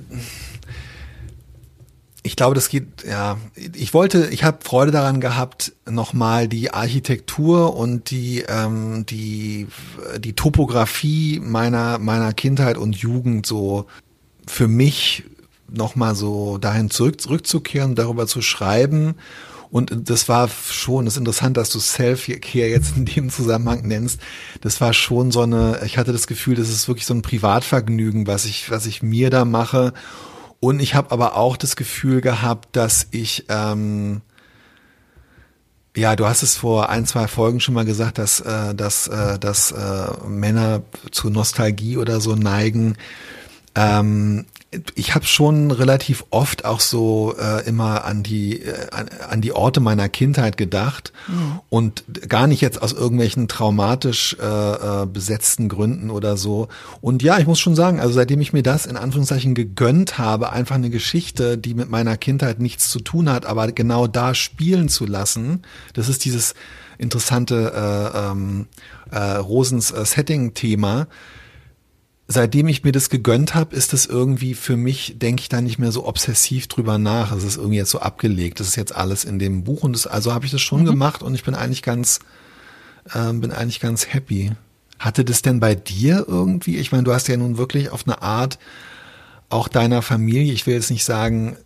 ich glaube, das geht, ja, ich wollte, ich habe Freude daran gehabt, nochmal die Architektur und die, ähm, die, die Topografie meiner, meiner Kindheit und Jugend so für mich nochmal so dahin zurück, zurückzukehren, darüber zu schreiben. Und das war schon, das ist interessant, dass du Self-Care jetzt in dem Zusammenhang nennst. Das war schon so eine, ich hatte das Gefühl, das ist wirklich so ein Privatvergnügen, was ich, was ich mir da mache. Und ich habe aber auch das Gefühl gehabt, dass ich, ähm, ja, du hast es vor ein, zwei Folgen schon mal gesagt, dass, äh, dass, äh, dass äh, Männer zu Nostalgie oder so neigen. Ähm, ich habe schon relativ oft auch so äh, immer an die äh, an, an die Orte meiner Kindheit gedacht mhm. und gar nicht jetzt aus irgendwelchen traumatisch äh, äh, besetzten Gründen oder so. Und ja, ich muss schon sagen, also seitdem ich mir das in Anführungszeichen gegönnt habe, einfach eine Geschichte, die mit meiner Kindheit nichts zu tun hat, aber genau da spielen zu lassen, das ist dieses interessante äh, ähm, äh, Rosens äh, Setting-Thema. seitdem ich mir das gegönnt habe, ist das irgendwie für mich, denke ich da nicht mehr so obsessiv drüber nach. Es ist irgendwie jetzt so abgelegt. Das ist jetzt alles in dem Buch und das, also habe ich das schon mhm. gemacht und ich bin eigentlich ganz, äh, bin eigentlich ganz happy. Hatte das denn bei dir irgendwie? Ich meine, du hast ja nun wirklich auf eine Art auch deiner Familie, ich will jetzt nicht sagen,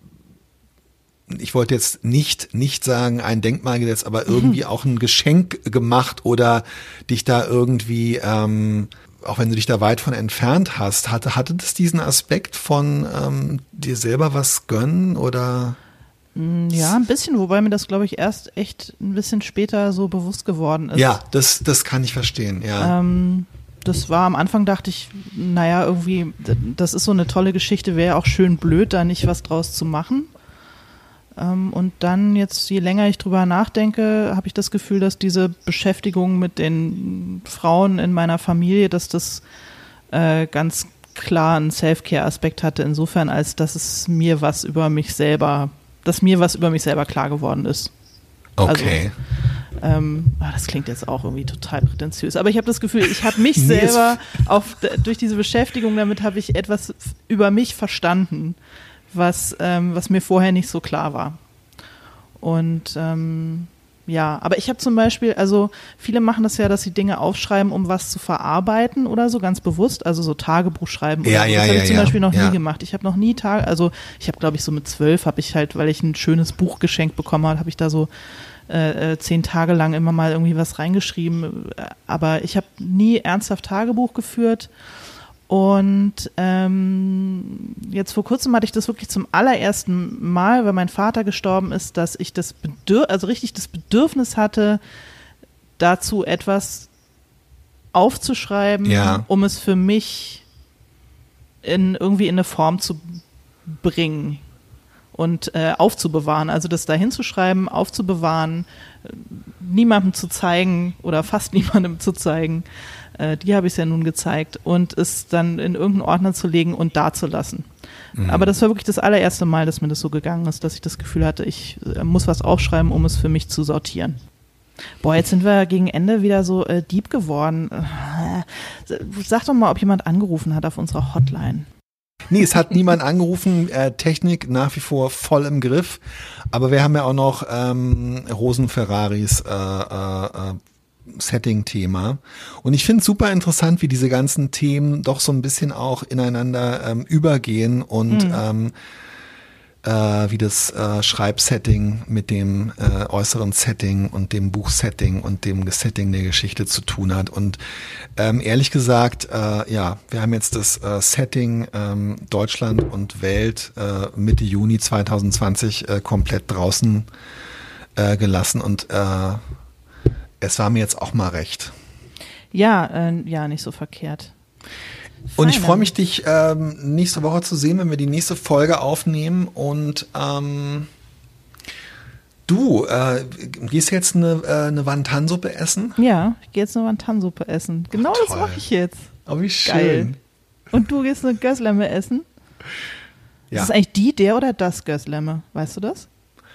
ich wollte jetzt nicht, nicht sagen, ein Denkmal gesetzt, aber irgendwie mhm. auch ein Geschenk gemacht oder dich da irgendwie, ähm, auch wenn du dich da weit von entfernt hast, hatte, hatte das diesen Aspekt von ähm, dir selber was gönnen oder?
Ja, ein bisschen, wobei mir das, glaube ich, erst echt ein bisschen später so bewusst geworden ist.
Ja, das, das kann ich verstehen, ja.
Ähm, das war am Anfang, dachte ich, naja, irgendwie, das ist so eine tolle Geschichte, wäre auch schön blöd, da nicht was draus zu machen. Und dann jetzt, je länger ich drüber nachdenke, habe ich das Gefühl, dass diese Beschäftigung mit den Frauen in meiner Familie, dass das äh, ganz klar einen Self-Care-Aspekt hatte, insofern, als dass es mir was über mich selber, dass mir was über mich selber klar geworden ist.
Okay.
Also, ähm, ah, das klingt jetzt auch irgendwie total prätentiös, aber ich habe das Gefühl, ich habe mich selber auf, durch diese Beschäftigung damit habe ich etwas über mich verstanden, was, ähm, was mir vorher nicht so klar war. Und ähm, ja, aber ich habe zum Beispiel, also viele machen das ja, dass sie Dinge aufschreiben, um was zu verarbeiten oder so, ganz bewusst, also so Tagebuch schreiben oder
ja,
so. Das
ja,
habe
ja,
ich zum
ja,
Beispiel noch
ja.
nie gemacht. Ich habe noch nie Tage, also ich habe, glaube ich, so mit zwölf habe ich halt, weil ich ein schönes Buch geschenkt bekommen habe, habe ich da so äh, zehn Tage lang immer mal irgendwie was reingeschrieben. Aber ich habe nie ernsthaft Tagebuch geführt. Und ähm, jetzt vor kurzem hatte ich das wirklich zum allerersten Mal, weil mein Vater gestorben ist, dass ich das Bedürf- also richtig das Bedürfnis hatte, dazu etwas aufzuschreiben,
ja.
um es für mich in irgendwie in eine Form zu bringen und äh, aufzubewahren. Also das da hinzuschreiben, aufzubewahren, niemandem zu zeigen oder fast niemandem zu zeigen. Die habe ich ja nun gezeigt und es dann in irgendeinen Ordner zu legen und dazulassen. Mhm. Aber das war wirklich das allererste Mal, dass mir das so gegangen ist, dass ich das Gefühl hatte, ich muss was aufschreiben, um es für mich zu sortieren. Boah, jetzt sind wir gegen Ende wieder so äh, deep geworden. Sag doch mal, ob jemand angerufen hat auf unserer Hotline.
Nee, es hat niemand angerufen, äh, Technik nach wie vor voll im Griff, aber wir haben ja auch noch ähm, Rosen-Ferraris äh, äh, Setting-Thema. Und ich finde es super interessant, wie diese ganzen Themen doch so ein bisschen auch ineinander ähm, übergehen und mhm. ähm, äh, wie das äh, Schreibsetting mit dem äh, äußeren Setting und dem Buchsetting und dem Setting der Geschichte zu tun hat. Und ähm, ehrlich gesagt, äh, ja, wir haben jetzt das äh, Setting ähm, Deutschland und Welt äh, Mitte Juni zwanzig zwanzig äh, komplett draußen äh, gelassen und äh, es war mir jetzt auch mal recht.
Ja, äh, ja, nicht so verkehrt.
Und ich freue mich, dich ähm, nächste Woche zu sehen, wenn wir die nächste Folge aufnehmen. Und ähm, du, äh, gehst jetzt eine, äh, eine Wantansuppe essen?
Ja, ich gehe jetzt eine Wantansuppe essen. Genau oh, das mache ich jetzt.
Oh, wie schön.
Geil. Und du gehst eine Göslemme essen? Ja. Ist das eigentlich die, der oder das Göslemme? Weißt du das?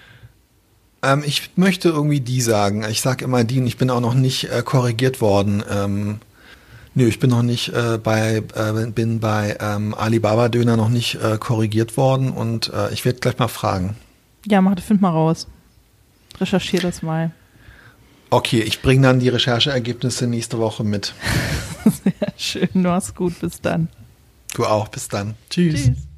Ähm, ich möchte irgendwie die sagen. Ich sage immer die und ich bin auch noch nicht äh, korrigiert worden. Ähm, nö, ich bin noch nicht äh, bei, äh, bin bei ähm, Alibaba Döner noch nicht äh, korrigiert worden und äh, ich werde gleich mal fragen.
Ja, mach, find mal raus. Recherchier das mal.
Okay, ich bringe dann die Rechercheergebnisse nächste Woche mit.
Sehr schön, mach's gut, bis dann.
Du auch, bis dann. Tschüss. Tschüss.